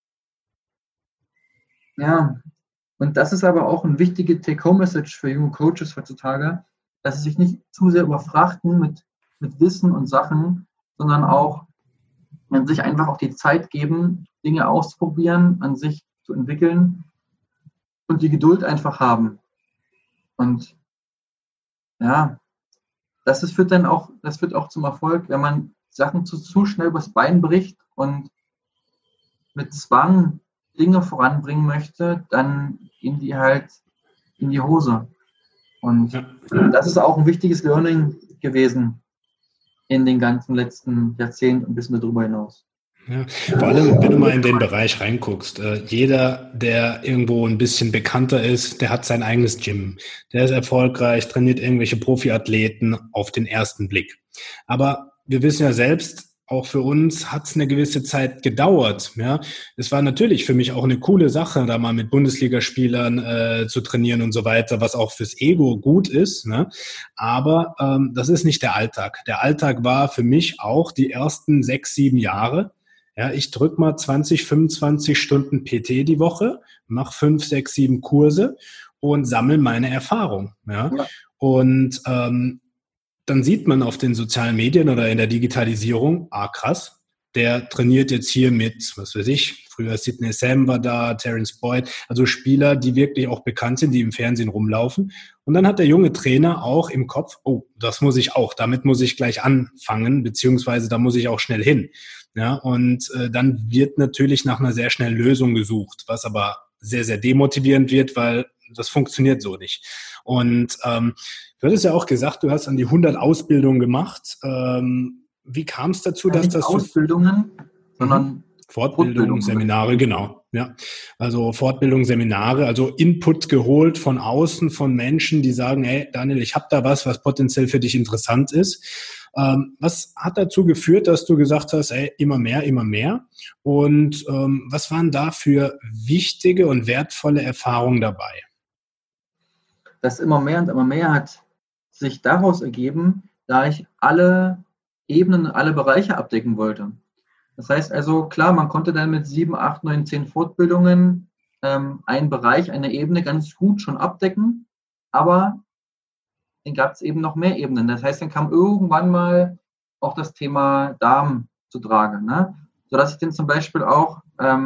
Ja, und das ist aber auch ein wichtige Take-Home-Message für junge Coaches heutzutage, dass sie sich nicht zu sehr überfrachten mit Wissen und Sachen, sondern auch sich einfach auch die Zeit geben, Dinge auszuprobieren, an sich zu entwickeln und die Geduld einfach haben. Und ja, das führt auch zum Erfolg, wenn man Sachen zu schnell übers Bein bricht und mit Zwang Dinge voranbringen möchte, dann gehen die halt in die Hose. Und das ist auch ein wichtiges Learning gewesen in den ganzen letzten Jahrzehnten und ein bisschen darüber hinaus.
Ja, vor allem, wenn du mal in den Bereich reinguckst, jeder, der irgendwo ein bisschen bekannter ist, der hat sein eigenes Gym. Der ist erfolgreich, trainiert irgendwelche Profiathleten auf den ersten Blick. Aber wir wissen ja selbst, auch für uns hat es eine gewisse Zeit gedauert. Ja, es war natürlich für mich auch eine coole Sache, da mal mit Bundesligaspielern zu trainieren und so weiter, was auch fürs Ego gut ist. Ne? Aber das ist nicht der Alltag. Der Alltag war für mich auch die ersten 6, 7 Jahre. Ja, ich drück mal 20, 25 Stunden PT die Woche, mache 5, 6, 7 Kurse und sammle meine Erfahrung. Ja? Und dann sieht man auf den sozialen Medien oder in der Digitalisierung, krass, der trainiert jetzt hier mit, was weiß ich, früher Sidney Sam war da, Terence Boyd, also Spieler, die wirklich auch bekannt sind, die im Fernsehen rumlaufen. Und dann hat der junge Trainer auch im Kopf, das muss ich auch, damit muss ich gleich anfangen, beziehungsweise da muss ich auch schnell hin. Ja, und dann wird natürlich nach einer sehr schnellen Lösung gesucht, was aber sehr, sehr demotivierend wird, weil das funktioniert so nicht. Und du hattest ja auch gesagt, du hast an die 100 Ausbildungen gemacht. Wie kam es dazu, dass
nicht
das so...
Ausbildungen, sondern
Fortbildungen, Seminare, genau. Ja, also Fortbildungen, Seminare, also Input geholt von außen, von Menschen, die sagen, hey Daniel, ich habe da was potenziell für dich interessant ist. Was hat dazu geführt, dass du gesagt hast, ey, immer mehr, immer mehr? Und was waren da für wichtige und wertvolle Erfahrungen dabei?
Das immer mehr und immer mehr hat sich daraus ergeben, da ich alle Ebenen, alle Bereiche abdecken wollte. Das heißt also, klar, man konnte dann mit 7, 8, 9, 10 Fortbildungen einen Bereich, eine Ebene ganz gut schon abdecken, aber dann gab es eben noch mehr Ebenen. Das heißt, dann kam irgendwann mal auch das Thema Darm zu tragen, ne? Sodass ich dann zum Beispiel auch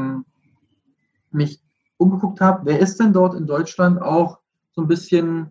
mich umgeguckt habe, wer ist denn dort in Deutschland auch so ein bisschen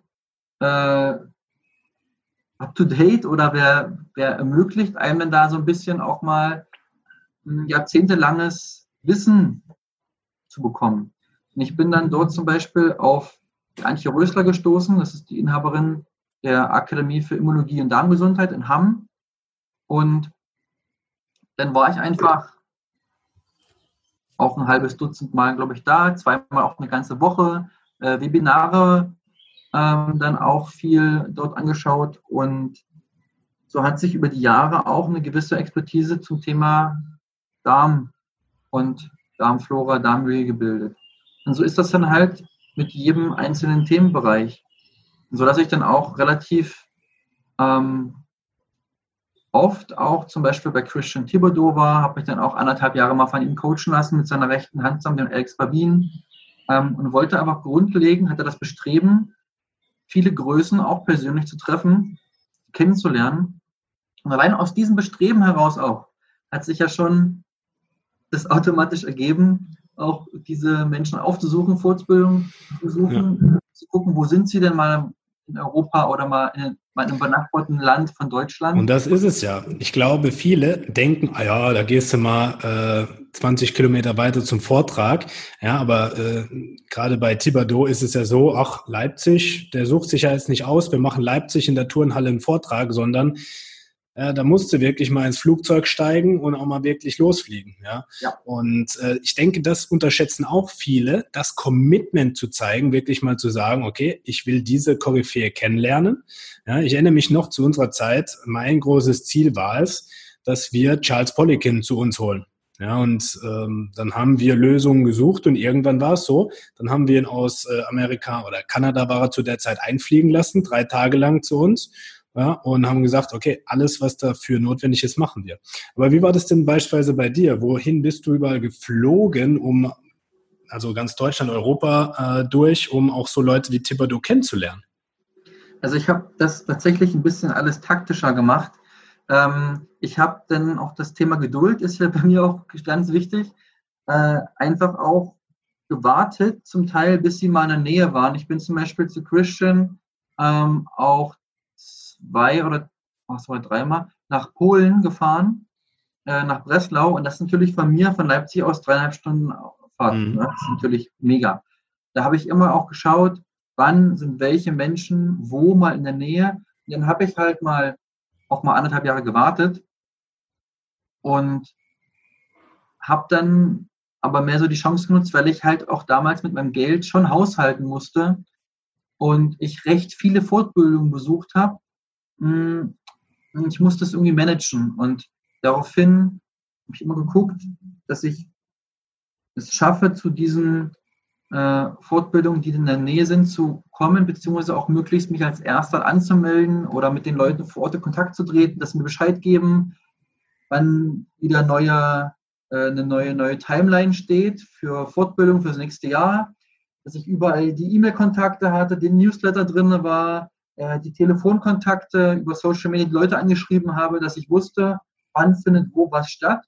up-to-date oder wer ermöglicht einem denn da so ein bisschen auch mal ein jahrzehntelanges Wissen zu bekommen. Und ich bin dann dort zum Beispiel auf die Antje Rösler gestoßen, das ist die Inhaberin der Akademie für Immunologie und Darmgesundheit in Hamm. Und dann war ich einfach auch ein halbes Dutzend Mal, glaube ich, da, zweimal auch eine ganze Woche, Webinare dann auch viel dort angeschaut und so hat sich über die Jahre auch eine gewisse Expertise zum Thema Darm und Darmflora, Darmwege gebildet. Und so ist das dann halt mit jedem einzelnen Themenbereich, sodass ich dann auch relativ oft auch zum Beispiel bei Christian Thibodeau war, habe mich dann auch 1,5 Jahre mal von ihm coachen lassen mit seiner rechten Hand zusammen, dem Alex Babin, und wollte aber grundlegend, hatte das Bestreben, viele Größen auch persönlich zu treffen, kennenzulernen. Und allein aus diesem Bestreben heraus auch hat sich ja schon das automatisch ergeben, auch diese Menschen aufzusuchen, Fortbildung zu suchen, zu gucken, wo sind sie denn mal in Europa oder mal in einem benachbarten Land von Deutschland.
Und das ist es ja. Ich glaube, viele denken, da gehst du mal 20 Kilometer weiter zum Vortrag. Ja, aber gerade bei Thibodeau ist es ja so, Leipzig, der sucht sich ja jetzt nicht aus, wir machen Leipzig in der Turnhalle einen Vortrag, sondern da musst du wirklich mal ins Flugzeug steigen und auch mal wirklich losfliegen. Ja? Und ich denke, das unterschätzen auch viele, das Commitment zu zeigen, wirklich mal zu sagen, okay, ich will diese Koryphäe kennenlernen. Ja, ich erinnere mich noch zu unserer Zeit, mein großes Ziel war es, dass wir Charles Poliquin zu uns holen. Ja, und dann haben wir Lösungen gesucht und irgendwann war es so, dann haben wir ihn aus Amerika oder Kanada war er zu der Zeit einfliegen lassen, 3 Tage lang zu uns. Ja, und haben gesagt, okay, alles, was dafür notwendig ist, machen wir. Aber wie war das denn beispielsweise bei dir? Wohin bist du überall geflogen, also ganz Deutschland, Europa durch, um auch so Leute wie Thibodeau kennenzulernen?
Also ich habe das tatsächlich ein bisschen alles taktischer gemacht. Ich habe dann auch das Thema Geduld, ist ja bei mir auch ganz wichtig, einfach auch gewartet, zum Teil, bis sie mal in der Nähe waren. Ich bin zum Beispiel zu Christian auch 2 oder 3-mal nach Polen gefahren, nach Breslau. Und das ist natürlich von mir, von Leipzig aus 3,5 Stunden Fahrt. Ne? Das ist natürlich mega. Da habe ich immer auch geschaut, wann sind welche Menschen wo mal in der Nähe. Und dann habe ich halt auch mal 1,5 Jahre gewartet und habe dann aber mehr so die Chance genutzt, weil ich halt auch damals mit meinem Geld schon haushalten musste und ich recht viele Fortbildungen besucht habe. Ich musste es irgendwie managen und daraufhin habe ich immer geguckt, dass ich es schaffe, zu diesen Fortbildungen, die in der Nähe sind, zu kommen, beziehungsweise auch möglichst mich als Erster anzumelden oder mit den Leuten vor Ort in Kontakt zu treten, dass sie mir Bescheid geben, wann wieder eine neue Timeline steht für Fortbildung für das nächste Jahr, dass ich überall die E-Mail-Kontakte hatte, den Newsletter drin war, die Telefonkontakte über Social Media, die Leute angeschrieben habe, dass ich wusste, wann findet wo was statt.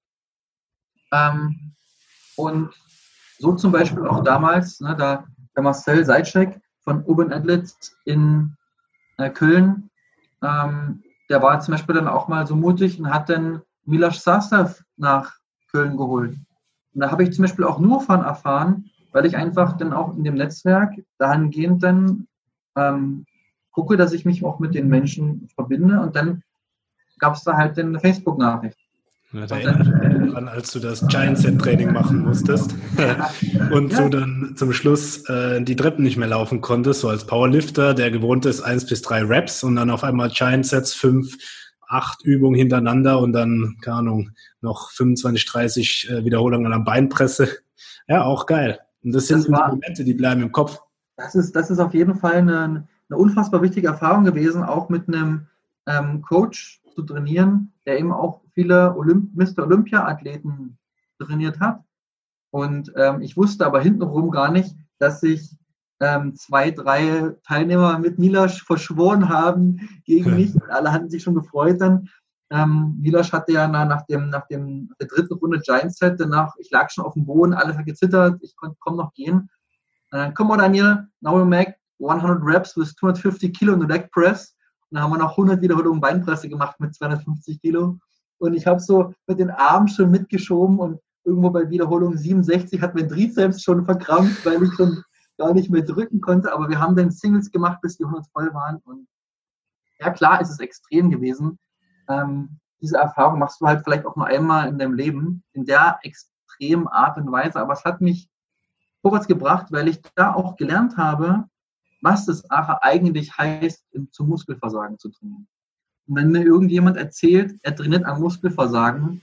Und so zum Beispiel auch damals, der Marcel Seitschek von Urban Athletes in Köln, der war zum Beispiel dann auch mal so mutig und hat dann Miloš Sastav nach Köln geholt. Und da habe ich zum Beispiel auch nur von erfahren, weil ich einfach dann auch in dem Netzwerk dahingehend dann gucke, dass ich mich auch mit den Menschen verbinde und dann gab es da halt eine Facebook-Nachricht.
Ja, da erinnere ich mich daran, als du das Giant-Set-Training machen musstest und so dann zum Schluss die Treppen nicht mehr laufen konntest, so als Powerlifter, der gewohnt ist 1 bis 3 Reps und dann auf einmal Giant-Sets, 5, 8 Übungen hintereinander und dann, keine Ahnung, noch 25, 30 Wiederholungen an der Beinpresse. Ja, auch geil. Und das sind die Momente, die bleiben im Kopf.
Das ist auf jeden Fall eine unfassbar wichtige Erfahrung gewesen, auch mit einem Coach zu trainieren, der eben auch viele Mr. Olympia-Athleten trainiert hat. Und ich wusste aber hintenrum gar nicht, dass sich 2, 3 Teilnehmer mit Miloš verschworen haben gegen mich. Alle hatten sich schon gefreut dann. Miloš hatte ja nach der 3. Runde Giant Set, danach, ich lag schon auf dem Boden, alle hat gezittert, ich konnte kaum noch gehen. Come on, Daniel, now we make 100 reps with 250 Kilo in the leg press. Und dann haben wir noch 100 Wiederholungen Beinpresse gemacht mit 250 Kilo. Und ich habe so mit den Armen schon mitgeschoben und irgendwo bei Wiederholung 67 hat mein Trizeps schon verkrampft, weil ich schon gar nicht mehr drücken konnte. Aber wir haben dann Singles gemacht, bis die 100 voll waren. Und ja, klar, ist es extrem gewesen. Diese Erfahrung machst du halt vielleicht auch nur einmal in deinem Leben, in der extremen Art und Weise. Aber es hat mich vorwärts gebracht, weil ich da auch gelernt habe, was es eigentlich heißt, zum Muskelversagen zu trainieren. Und wenn mir irgendjemand erzählt, er trainiert am Muskelversagen,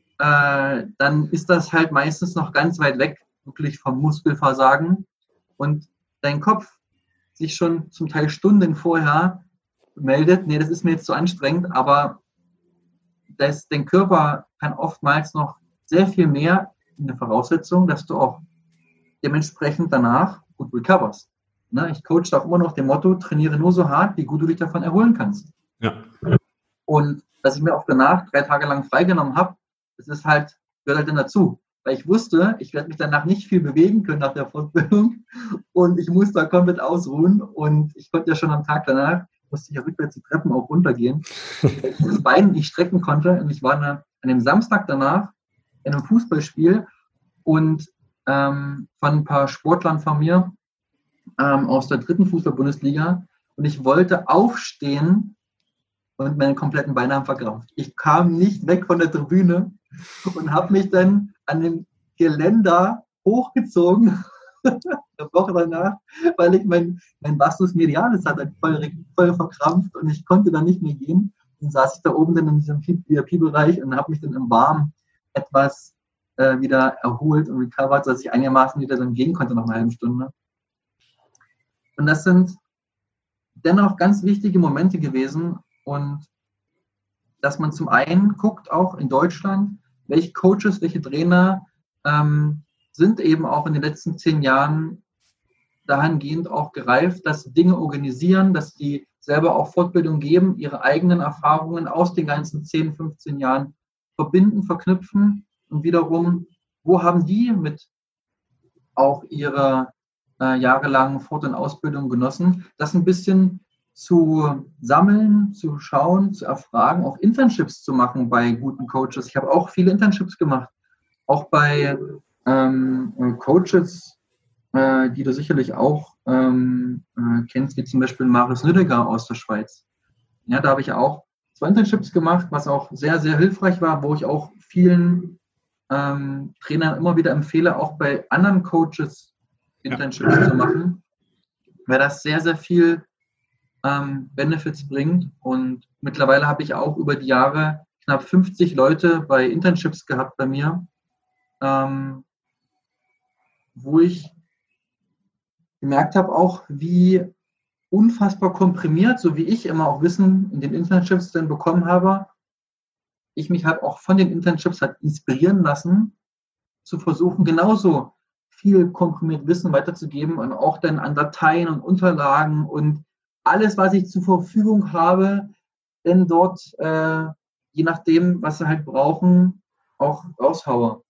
dann ist das halt meistens noch ganz weit weg, wirklich vom Muskelversagen. Und dein Kopf sich schon zum Teil Stunden vorher meldet, nee, das ist mir jetzt zu anstrengend, aber dein Körper kann oftmals noch sehr viel mehr in der Voraussetzung, dass du auch dementsprechend danach gut recoverst. Ne, ich coache auch immer noch dem Motto, trainiere nur so hart, wie gut du dich davon erholen kannst.
Ja.
Und dass ich mir auch danach 3 Tage lang freigenommen habe, das ist halt, gehört halt dann dazu. Weil ich wusste, ich werde mich danach nicht viel bewegen können nach der Fortbildung und ich musste da komplett ausruhen und ich konnte ja schon am Tag danach, musste ich ja rückwärts die Treppen auch runtergehen, weil ich das Bein nicht strecken konnte und ich war an dem Samstag danach in einem Fußballspiel und von ein paar Sportlern von mir aus der 3. Fußball-Bundesliga und ich wollte aufstehen und meine kompletten Beine haben verkrampft. Ich kam nicht weg von der Tribüne und habe mich dann an dem Geländer hochgezogen, eine Woche danach, weil ich mein Vastus medialis hatte voll verkrampft und ich konnte dann nicht mehr gehen. Dann saß ich da oben dann in diesem VIP-Bereich und habe mich dann im Warmen etwas wieder erholt und recovered, sodass ich einigermaßen wieder dann gehen konnte nach einer halben Stunde. Und das sind dennoch ganz wichtige Momente gewesen und dass man zum einen guckt, auch in Deutschland, welche Coaches, welche Trainer sind eben auch in den letzten 10 Jahren dahingehend auch gereift, dass sie Dinge organisieren, dass die selber auch Fortbildung geben, ihre eigenen Erfahrungen aus den ganzen 10, 15 Jahren verbinden, verknüpfen und wiederum, wo haben die mit auch ihrer jahrelangen Fort- und Ausbildung genossen, das ein bisschen zu sammeln, zu schauen, zu erfragen, auch Internships zu machen bei guten Coaches. Ich habe auch viele Internships gemacht, auch bei Coaches, die du sicherlich auch kennst, wie zum Beispiel Marius Nüdeger aus der Schweiz. Ja, da habe ich auch 2 Internships gemacht, was auch sehr, sehr hilfreich war, wo ich auch vielen Trainern immer wieder empfehle, auch bei anderen Coaches Internships zu machen, weil das sehr, sehr viel Benefits bringt. Und mittlerweile habe ich auch über die Jahre knapp 50 Leute bei Internships gehabt bei mir, wo ich gemerkt habe auch, wie unfassbar komprimiert, so wie ich immer auch Wissen in den Internships dann bekommen habe, ich mich halt auch von den Internships halt inspirieren lassen, zu versuchen, genauso viel komprimiert Wissen weiterzugeben und auch dann an Dateien und Unterlagen und alles, was ich zur Verfügung habe, denn dort, je nachdem, was sie halt brauchen, auch raushaue.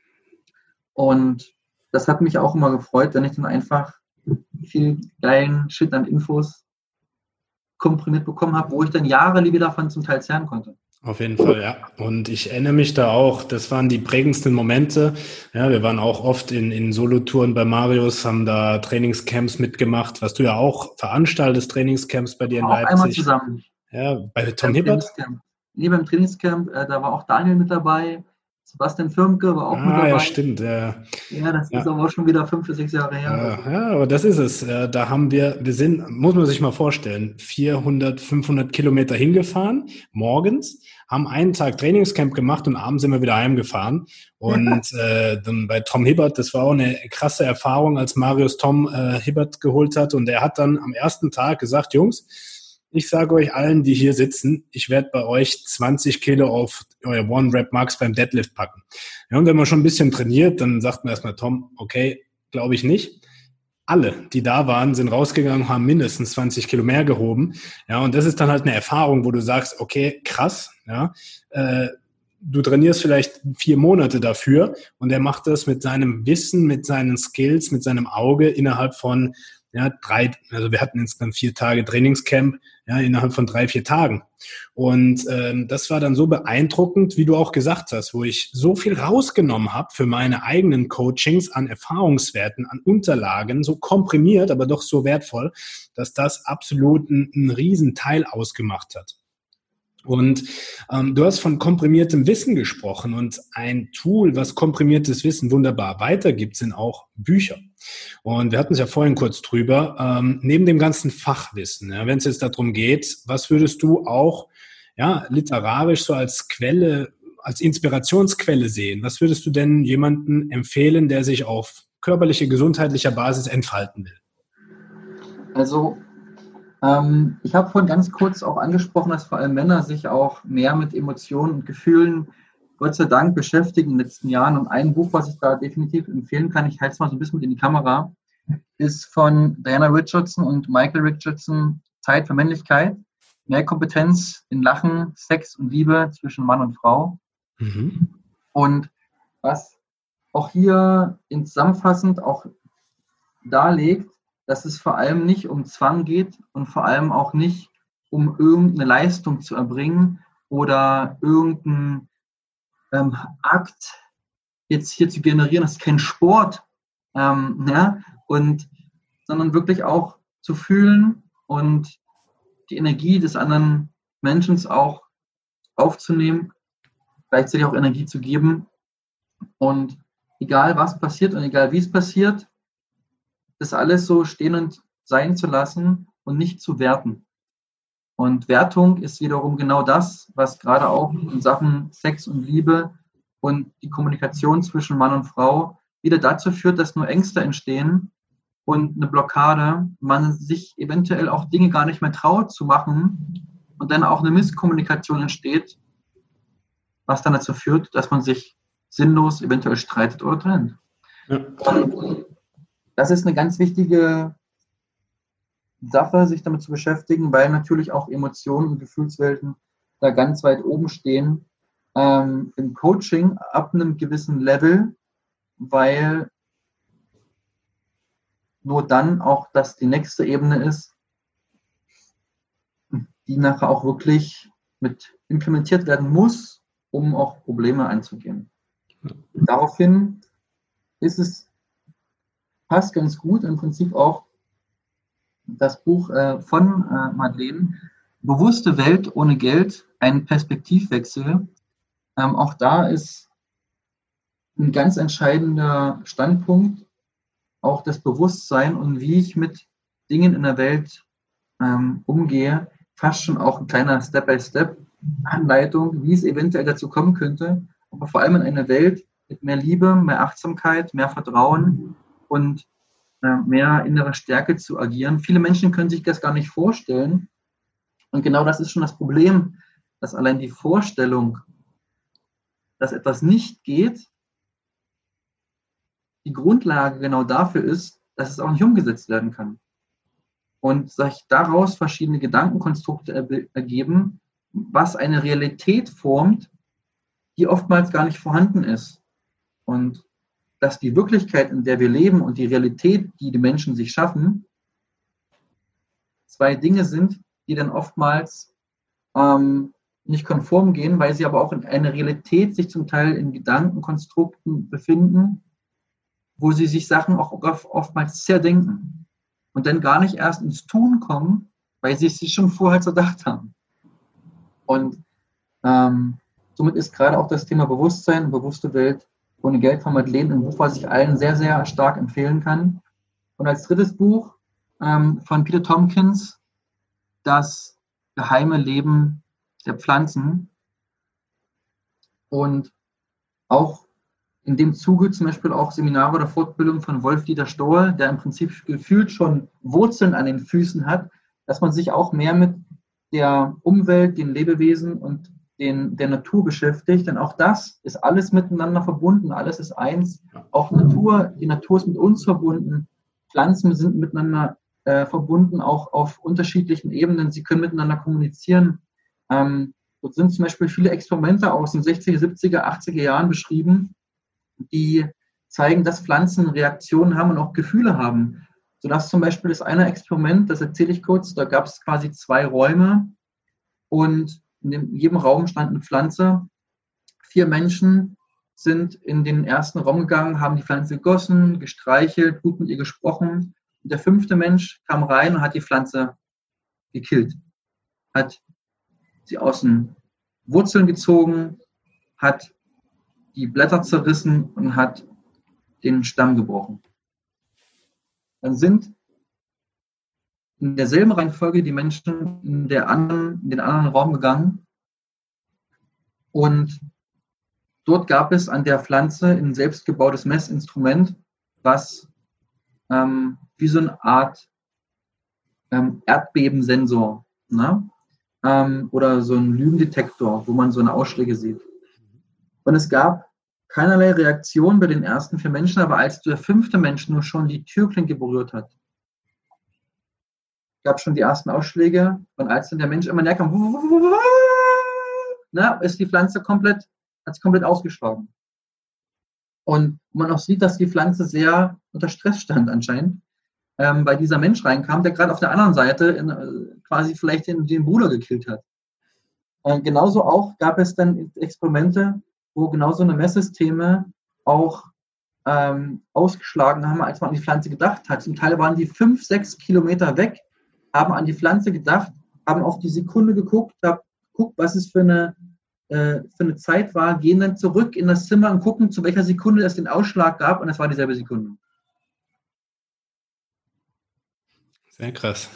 Und das hat mich auch immer gefreut, wenn ich dann einfach viel geilen Shit an Infos komprimiert bekommen habe, wo ich dann Jahre wieder davon zum Teil zehren konnte.
Auf jeden Fall, ja. Und ich erinnere mich da auch, das waren die prägendsten Momente. Ja, wir waren auch oft in Solotouren bei Marius, haben da Trainingscamps mitgemacht, was du ja auch veranstaltest, Trainingscamps bei dir in Leipzig.
Auch einmal zusammen.
Ja, bei Tom Hibbert?
Nee, beim Trainingscamp, da war auch Daniel mit dabei, Sebastian Firmke war auch mit dabei.
Ja, stimmt. Ja,
das ist aber auch schon wieder 5 bis 6 Jahre her.
Ja, aber das ist es. Da haben wir sind, muss man sich mal vorstellen, 400, 500 Kilometer hingefahren, morgens, haben einen Tag Trainingscamp gemacht und abends sind wir wieder heimgefahren. Und dann bei Tom Hibbert, das war auch eine krasse Erfahrung, als Marius Tom Hibbert geholt hat. Und er hat dann am ersten Tag gesagt, Jungs, ich sage euch allen, die hier sitzen, ich werde bei euch 20 Kilo auf euer One-Rep-Max beim Deadlift packen. Ja, und wenn man schon ein bisschen trainiert, dann sagt man erstmal, Tom, okay, glaube ich nicht. Alle, die da waren, sind rausgegangen, haben mindestens 20 Kilo mehr gehoben. Ja, und das ist dann halt eine Erfahrung, wo du sagst, okay, krass, ja, du trainierst vielleicht 4 Monate dafür und er macht das mit seinem Wissen, mit seinen Skills, mit seinem Auge innerhalb von also wir hatten insgesamt 4 Tage Trainingscamp, ja, innerhalb von 3, 4 Tagen. Und das war dann so beeindruckend, wie du auch gesagt hast, wo ich so viel rausgenommen habe für meine eigenen Coachings an Erfahrungswerten, an Unterlagen, so komprimiert, aber doch so wertvoll, dass das absolut einen riesen Teil ausgemacht hat. Und du hast von komprimiertem Wissen gesprochen und ein Tool, was komprimiertes Wissen wunderbar weitergibt, sind auch Bücher. Und wir hatten es ja vorhin kurz drüber, neben dem ganzen Fachwissen, ja, wenn es jetzt darum geht, was würdest du auch literarisch so als Quelle, als Inspirationsquelle sehen? Was würdest du denn jemandem empfehlen, der sich auf körperliche, gesundheitlicher Basis entfalten will?
Also ich habe vorhin ganz kurz auch angesprochen, dass vor allem Männer sich auch mehr mit Emotionen und Gefühlen, Gott sei Dank, beschäftigen in den letzten Jahren. Und ein Buch, was ich da definitiv empfehlen kann, ich halte es mal so ein bisschen mit in die Kamera, ist von Diana Richardson und Michael Richardson, Zeit für Männlichkeit, mehr Kompetenz in Lachen, Sex und Liebe zwischen Mann und Frau. Mhm. Und was auch hier zusammenfassend auch darlegt, dass es vor allem nicht um Zwang geht und vor allem auch nicht um irgendeine Leistung zu erbringen oder irgendeinen Akt jetzt hier zu generieren. Das ist kein Sport, sondern wirklich auch zu fühlen und die Energie des anderen Menschen auch aufzunehmen, gleichzeitig auch Energie zu geben. Und egal was passiert und egal wie es passiert, das alles so stehen und sein zu lassen und nicht zu werten. Und Wertung ist wiederum genau das, was gerade auch in Sachen Sex und Liebe und die Kommunikation zwischen Mann und Frau wieder dazu führt, dass nur Ängste entstehen und eine Blockade, man sich eventuell auch Dinge gar nicht mehr traut zu machen und dann auch eine Misskommunikation entsteht, was dann dazu führt, dass man sich sinnlos eventuell streitet oder trennt. Ja. Und das ist eine ganz wichtige Sache, sich damit zu beschäftigen, weil natürlich auch Emotionen und Gefühlswelten da ganz weit oben stehen im Coaching ab einem gewissen Level, weil nur dann auch das die nächste Ebene ist, die nachher auch wirklich mit implementiert werden muss, um auch Probleme anzugehen. Daraufhin passt ganz gut im Prinzip auch das Buch von Madeleine, Bewusste Welt ohne Geld, ein Perspektivwechsel. Auch da ist ein ganz entscheidender Standpunkt, auch das Bewusstsein und wie ich mit Dingen in der Welt umgehe, fast schon auch ein kleiner Step-by-Step-Anleitung, wie es eventuell dazu kommen könnte, aber vor allem in einer Welt mit mehr Liebe, mehr Achtsamkeit, mehr Vertrauen und mehr innerer Stärke zu agieren. Viele Menschen können sich das gar nicht vorstellen. Und genau das ist schon das Problem, dass allein die Vorstellung, dass etwas nicht geht, die Grundlage genau dafür ist, dass es auch nicht umgesetzt werden kann. Und sich daraus verschiedene Gedankenkonstrukte ergeben, was eine Realität formt, die oftmals gar nicht vorhanden ist. Und dass die Wirklichkeit, in der wir leben und die Realität, die die Menschen sich schaffen, zwei Dinge sind, die dann oftmals nicht konform gehen, weil sie aber auch in einer Realität sich zum Teil in Gedankenkonstrukten befinden, wo sie sich Sachen auch oftmals zerdenken und dann gar nicht erst ins Tun kommen, weil sie es sich schon vorher zerdacht haben. Und somit ist gerade auch das Thema Bewusstsein, bewusste Welt ohne Geld von Madeleine ein Buch, was ich allen sehr, sehr stark empfehlen kann. Und als drittes Buch von Peter Tompkins, das geheime Leben der Pflanzen. Und auch in dem Zuge zum Beispiel auch Seminare oder Fortbildung von Wolf-Dieter Stoll, der im Prinzip gefühlt schon Wurzeln an den Füßen hat, dass man sich auch mehr mit der Umwelt, den Lebewesen und der Natur beschäftigt. Denn auch das ist alles miteinander verbunden, alles ist eins. Auch Natur, die Natur ist mit uns verbunden. Pflanzen sind miteinander verbunden, auch auf unterschiedlichen Ebenen. Sie können miteinander kommunizieren. Dort sind zum Beispiel viele Experimente aus den 60er, 70er, 80er Jahren beschrieben, die zeigen, dass Pflanzen Reaktionen haben und auch Gefühle haben. Sodass zum Beispiel das eine Experiment, das erzähle ich kurz, da gab es quasi 2 Räume und in jedem Raum stand eine Pflanze. 4 Menschen sind in den ersten Raum gegangen, haben die Pflanze gegossen, gestreichelt, gut mit ihr gesprochen. Und der 5. Mensch kam rein und hat die Pflanze gekillt. Hat sie aus den Wurzeln gezogen, hat die Blätter zerrissen und hat den Stamm gebrochen. Dann sind in derselben Reihenfolge die Menschen in den anderen Raum gegangen und dort gab es an der Pflanze ein selbstgebautes Messinstrument, was wie so eine Art Erdbebensensor, ne? Oder so ein Lügendetektor, wo man so eine Ausschläge sieht. Und es gab keinerlei Reaktion bei den ersten 4 Menschen, aber als der 5. Mensch nur schon die Türklinke berührt hat, gab es schon die ersten Ausschläge. Und als dann der Mensch immer näher kam, ist die Pflanze komplett ausgeschlagen. Und man auch sieht, dass die Pflanze sehr unter Stress stand anscheinend, weil dieser Mensch reinkam, der gerade auf der anderen Seite quasi vielleicht den Bruder gekillt hat. Und genauso auch gab es dann Experimente, wo genau so eine Messsysteme auch ausgeschlagen haben, als man an die Pflanze gedacht hat. Zum Teil waren die 5, 6 Kilometer weg, haben an die Pflanze gedacht, haben auf die Sekunde geguckt, was es für eine Zeit war, gehen dann zurück in das Zimmer und gucken, zu welcher Sekunde es den Ausschlag gab, und es war dieselbe Sekunde.
Sehr krass.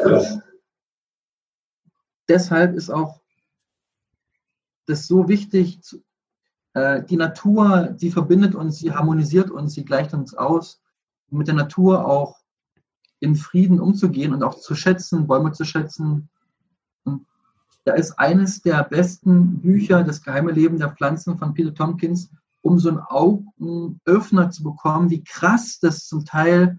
Deshalb ist auch das so wichtig, die Natur, sie verbindet uns, sie harmonisiert uns, sie gleicht uns aus, mit der Natur auch in Frieden umzugehen und auch zu schätzen, Bäume zu schätzen. Und da ist eines der besten Bücher, Das geheime Leben der Pflanzen von Peter Tompkins, um so einen Augenöffner zu bekommen, wie krass das zum Teil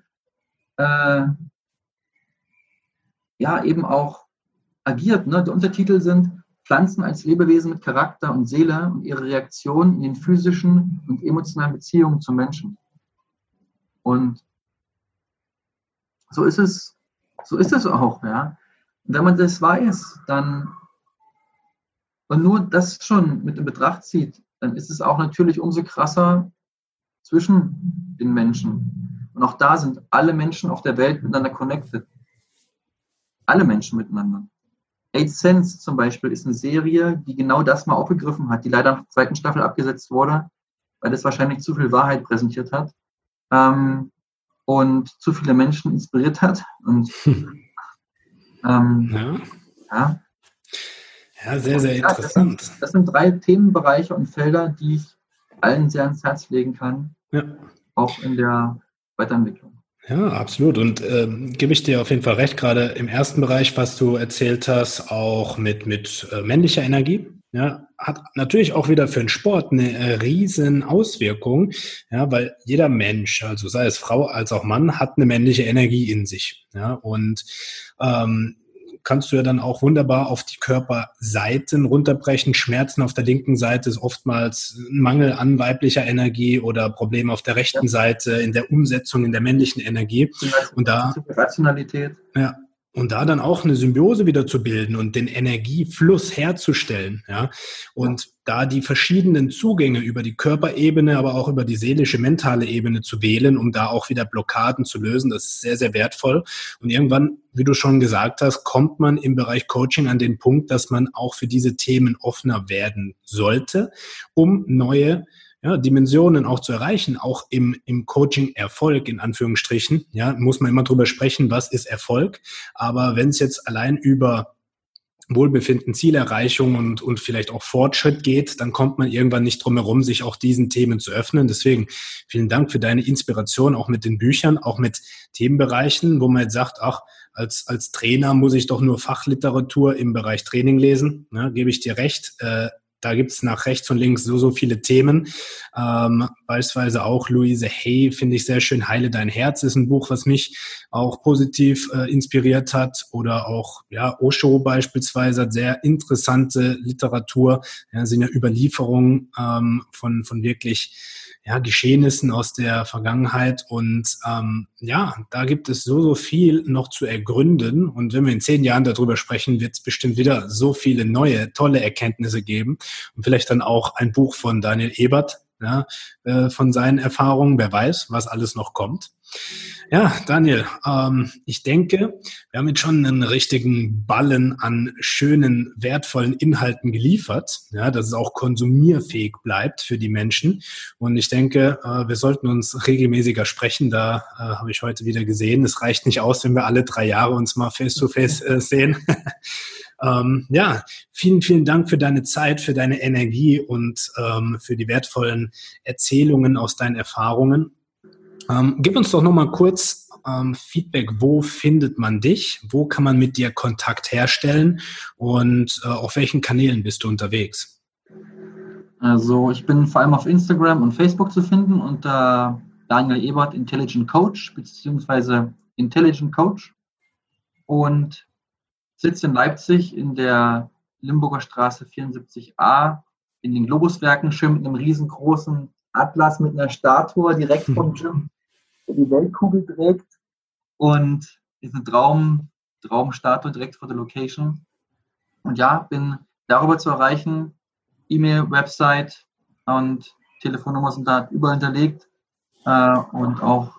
eben auch agiert. Ne? Die Untertitel sind Pflanzen als Lebewesen mit Charakter und Seele und ihre Reaktion in den physischen und emotionalen Beziehungen zum Menschen. Und so ist es auch, ja. Und wenn man das weiß, dann und nur das schon mit in Betracht zieht, dann ist es auch natürlich umso krasser zwischen den Menschen. Und auch da sind alle Menschen auf der Welt miteinander connected. alle Menschen miteinander. Eighth Sense zum Beispiel ist eine Serie, die genau das mal aufgegriffen hat, die leider nach der zweiten Staffel abgesetzt wurde, weil es wahrscheinlich zu viel Wahrheit präsentiert hat und zu viele Menschen inspiriert hat. Und
ja, sehr, sehr interessant.
Das sind 3 Themenbereiche und Felder, die ich allen sehr ans Herz legen kann, auch in der Weiterentwicklung.
Ja, absolut. Und gebe ich dir auf jeden Fall recht, gerade im ersten Bereich, was du erzählt hast, auch mit männlicher Energie. Ja, hat natürlich auch wieder für den Sport eine riesen Auswirkung, ja, weil jeder Mensch, also sei es Frau als auch Mann, hat eine männliche Energie in sich. Ja, und kannst du ja dann auch wunderbar auf die Körperseiten runterbrechen. Schmerzen auf der linken Seite ist oftmals ein Mangel an weiblicher Energie oder Probleme auf der rechten Seite in der Umsetzung in der männlichen Energie. Und da
Rationalität.
Ja. Und da dann auch eine Symbiose wieder zu bilden und den Energiefluss herzustellen, ja. Und da die verschiedenen Zugänge über die Körperebene, aber auch über die seelische, mentale Ebene zu wählen, um da auch wieder Blockaden zu lösen, das ist sehr, sehr wertvoll. Und irgendwann, wie du schon gesagt hast, kommt man im Bereich Coaching an den Punkt, dass man auch für diese Themen offener werden sollte, um neue Dimensionen auch zu erreichen, auch im Coaching-Erfolg in Anführungsstrichen. Ja, muss man immer drüber sprechen, was ist Erfolg. Aber wenn es jetzt allein über Wohlbefinden, Zielerreichung und vielleicht auch Fortschritt geht, dann kommt man irgendwann nicht drum herum, sich auch diesen Themen zu öffnen. Deswegen vielen Dank für deine Inspiration, auch mit den Büchern, auch mit Themenbereichen, wo man jetzt sagt, als Trainer muss ich doch nur Fachliteratur im Bereich Training lesen. Ja, gebe ich dir recht. Da gibt's nach rechts und links so viele Themen. Beispielsweise auch Louise Hay, finde ich sehr schön. Heile dein Herz ist ein Buch, was mich auch positiv inspiriert hat. Oder auch Osho beispielsweise hat sehr interessante Literatur. Ja, sind ja Überlieferungen von wirklich Geschehnissen aus der Vergangenheit. Und da gibt es so viel noch zu ergründen. Und wenn wir in 10 Jahren darüber sprechen, wird es bestimmt wieder so viele neue, tolle Erkenntnisse geben. Und vielleicht dann auch ein Buch von Daniel Ebert, von seinen Erfahrungen. Wer weiß, was alles noch kommt. Ja, Daniel, ich denke, wir haben jetzt schon einen richtigen Ballen an schönen, wertvollen Inhalten geliefert, dass es auch konsumierfähig bleibt für die Menschen. Und ich denke, wir sollten uns regelmäßiger sprechen. Da habe ich heute wieder gesehen, es reicht nicht aus, wenn wir alle 3 Jahre uns mal face-to-face sehen. Vielen, vielen Dank für deine Zeit, für deine Energie und für die wertvollen Erzählungen aus deinen Erfahrungen. Gib uns doch nochmal kurz Feedback. Wo findet man dich? Wo kann man mit dir Kontakt herstellen? Und auf welchen Kanälen bist du unterwegs?
Also ich bin vor allem auf Instagram und Facebook zu finden unter Daniel Ebert Intelligent Coach beziehungsweise Intelligent Coach und sitze in Leipzig in der Limburger Straße 74a in den Globuswerken, schön mit einem riesengroßen Atlas mit einer Statue direkt vom Gym, der die Weltkugel trägt und ist eine Traumstatue direkt vor der Location. Und bin darüber zu erreichen. E-Mail, Website und Telefonnummer sind da überall hinterlegt und auch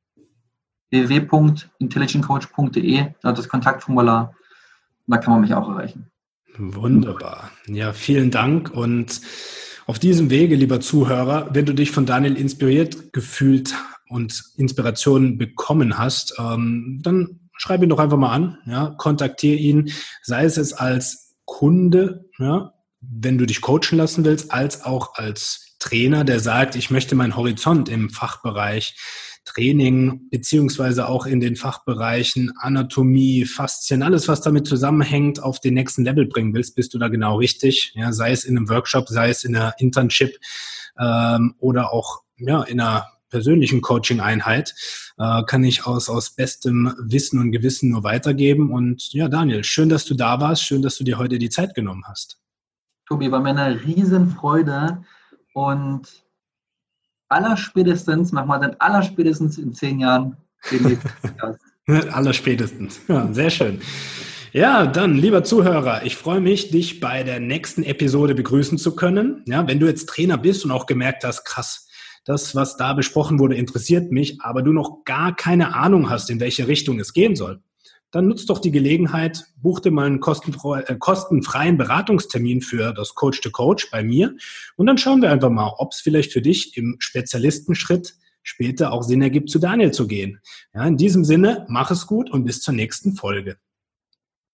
www.intelligentcoach.de, da hat das Kontaktformular, da kann man mich auch erreichen.
Wunderbar. Ja, vielen Dank und auf diesem Wege, lieber Zuhörer, wenn du dich von Daniel inspiriert gefühlt und Inspiration bekommen hast, dann schreib ihn doch einfach mal an, kontaktiere ihn, sei es als Kunde, wenn du dich coachen lassen willst, als auch als Trainer, der sagt, ich möchte meinen Horizont im Fachbereich Training beziehungsweise auch in den Fachbereichen Anatomie, Faszien, alles, was damit zusammenhängt, auf den nächsten Level bringen willst, bist du da genau richtig. Ja, sei es in einem Workshop, sei es in einer Internship oder auch in einer persönlichen Coaching-Einheit, kann ich aus bestem Wissen und Gewissen nur weitergeben. Und Daniel, schön, dass du da warst, schön, dass du dir heute die Zeit genommen hast.
Tobi, war mir eine Riesenfreude und allerspätestens in 10 Jahren den nächsten Podcast.
Allerspätestens. Ja, sehr schön. Ja, dann, lieber Zuhörer, ich freue mich, dich bei der nächsten Episode begrüßen zu können. Ja, wenn du jetzt Trainer bist und auch gemerkt hast, krass, das, was da besprochen wurde, interessiert mich, aber du noch gar keine Ahnung hast, in welche Richtung es gehen soll, dann nutzt doch die Gelegenheit, buch dir mal einen kostenfreien Beratungstermin für das Coach to Coach bei mir und dann schauen wir einfach mal, ob es vielleicht für dich im Spezialistenschritt später auch Sinn ergibt, zu Daniel zu gehen. Ja, in diesem Sinne, mach es gut und bis zur nächsten Folge.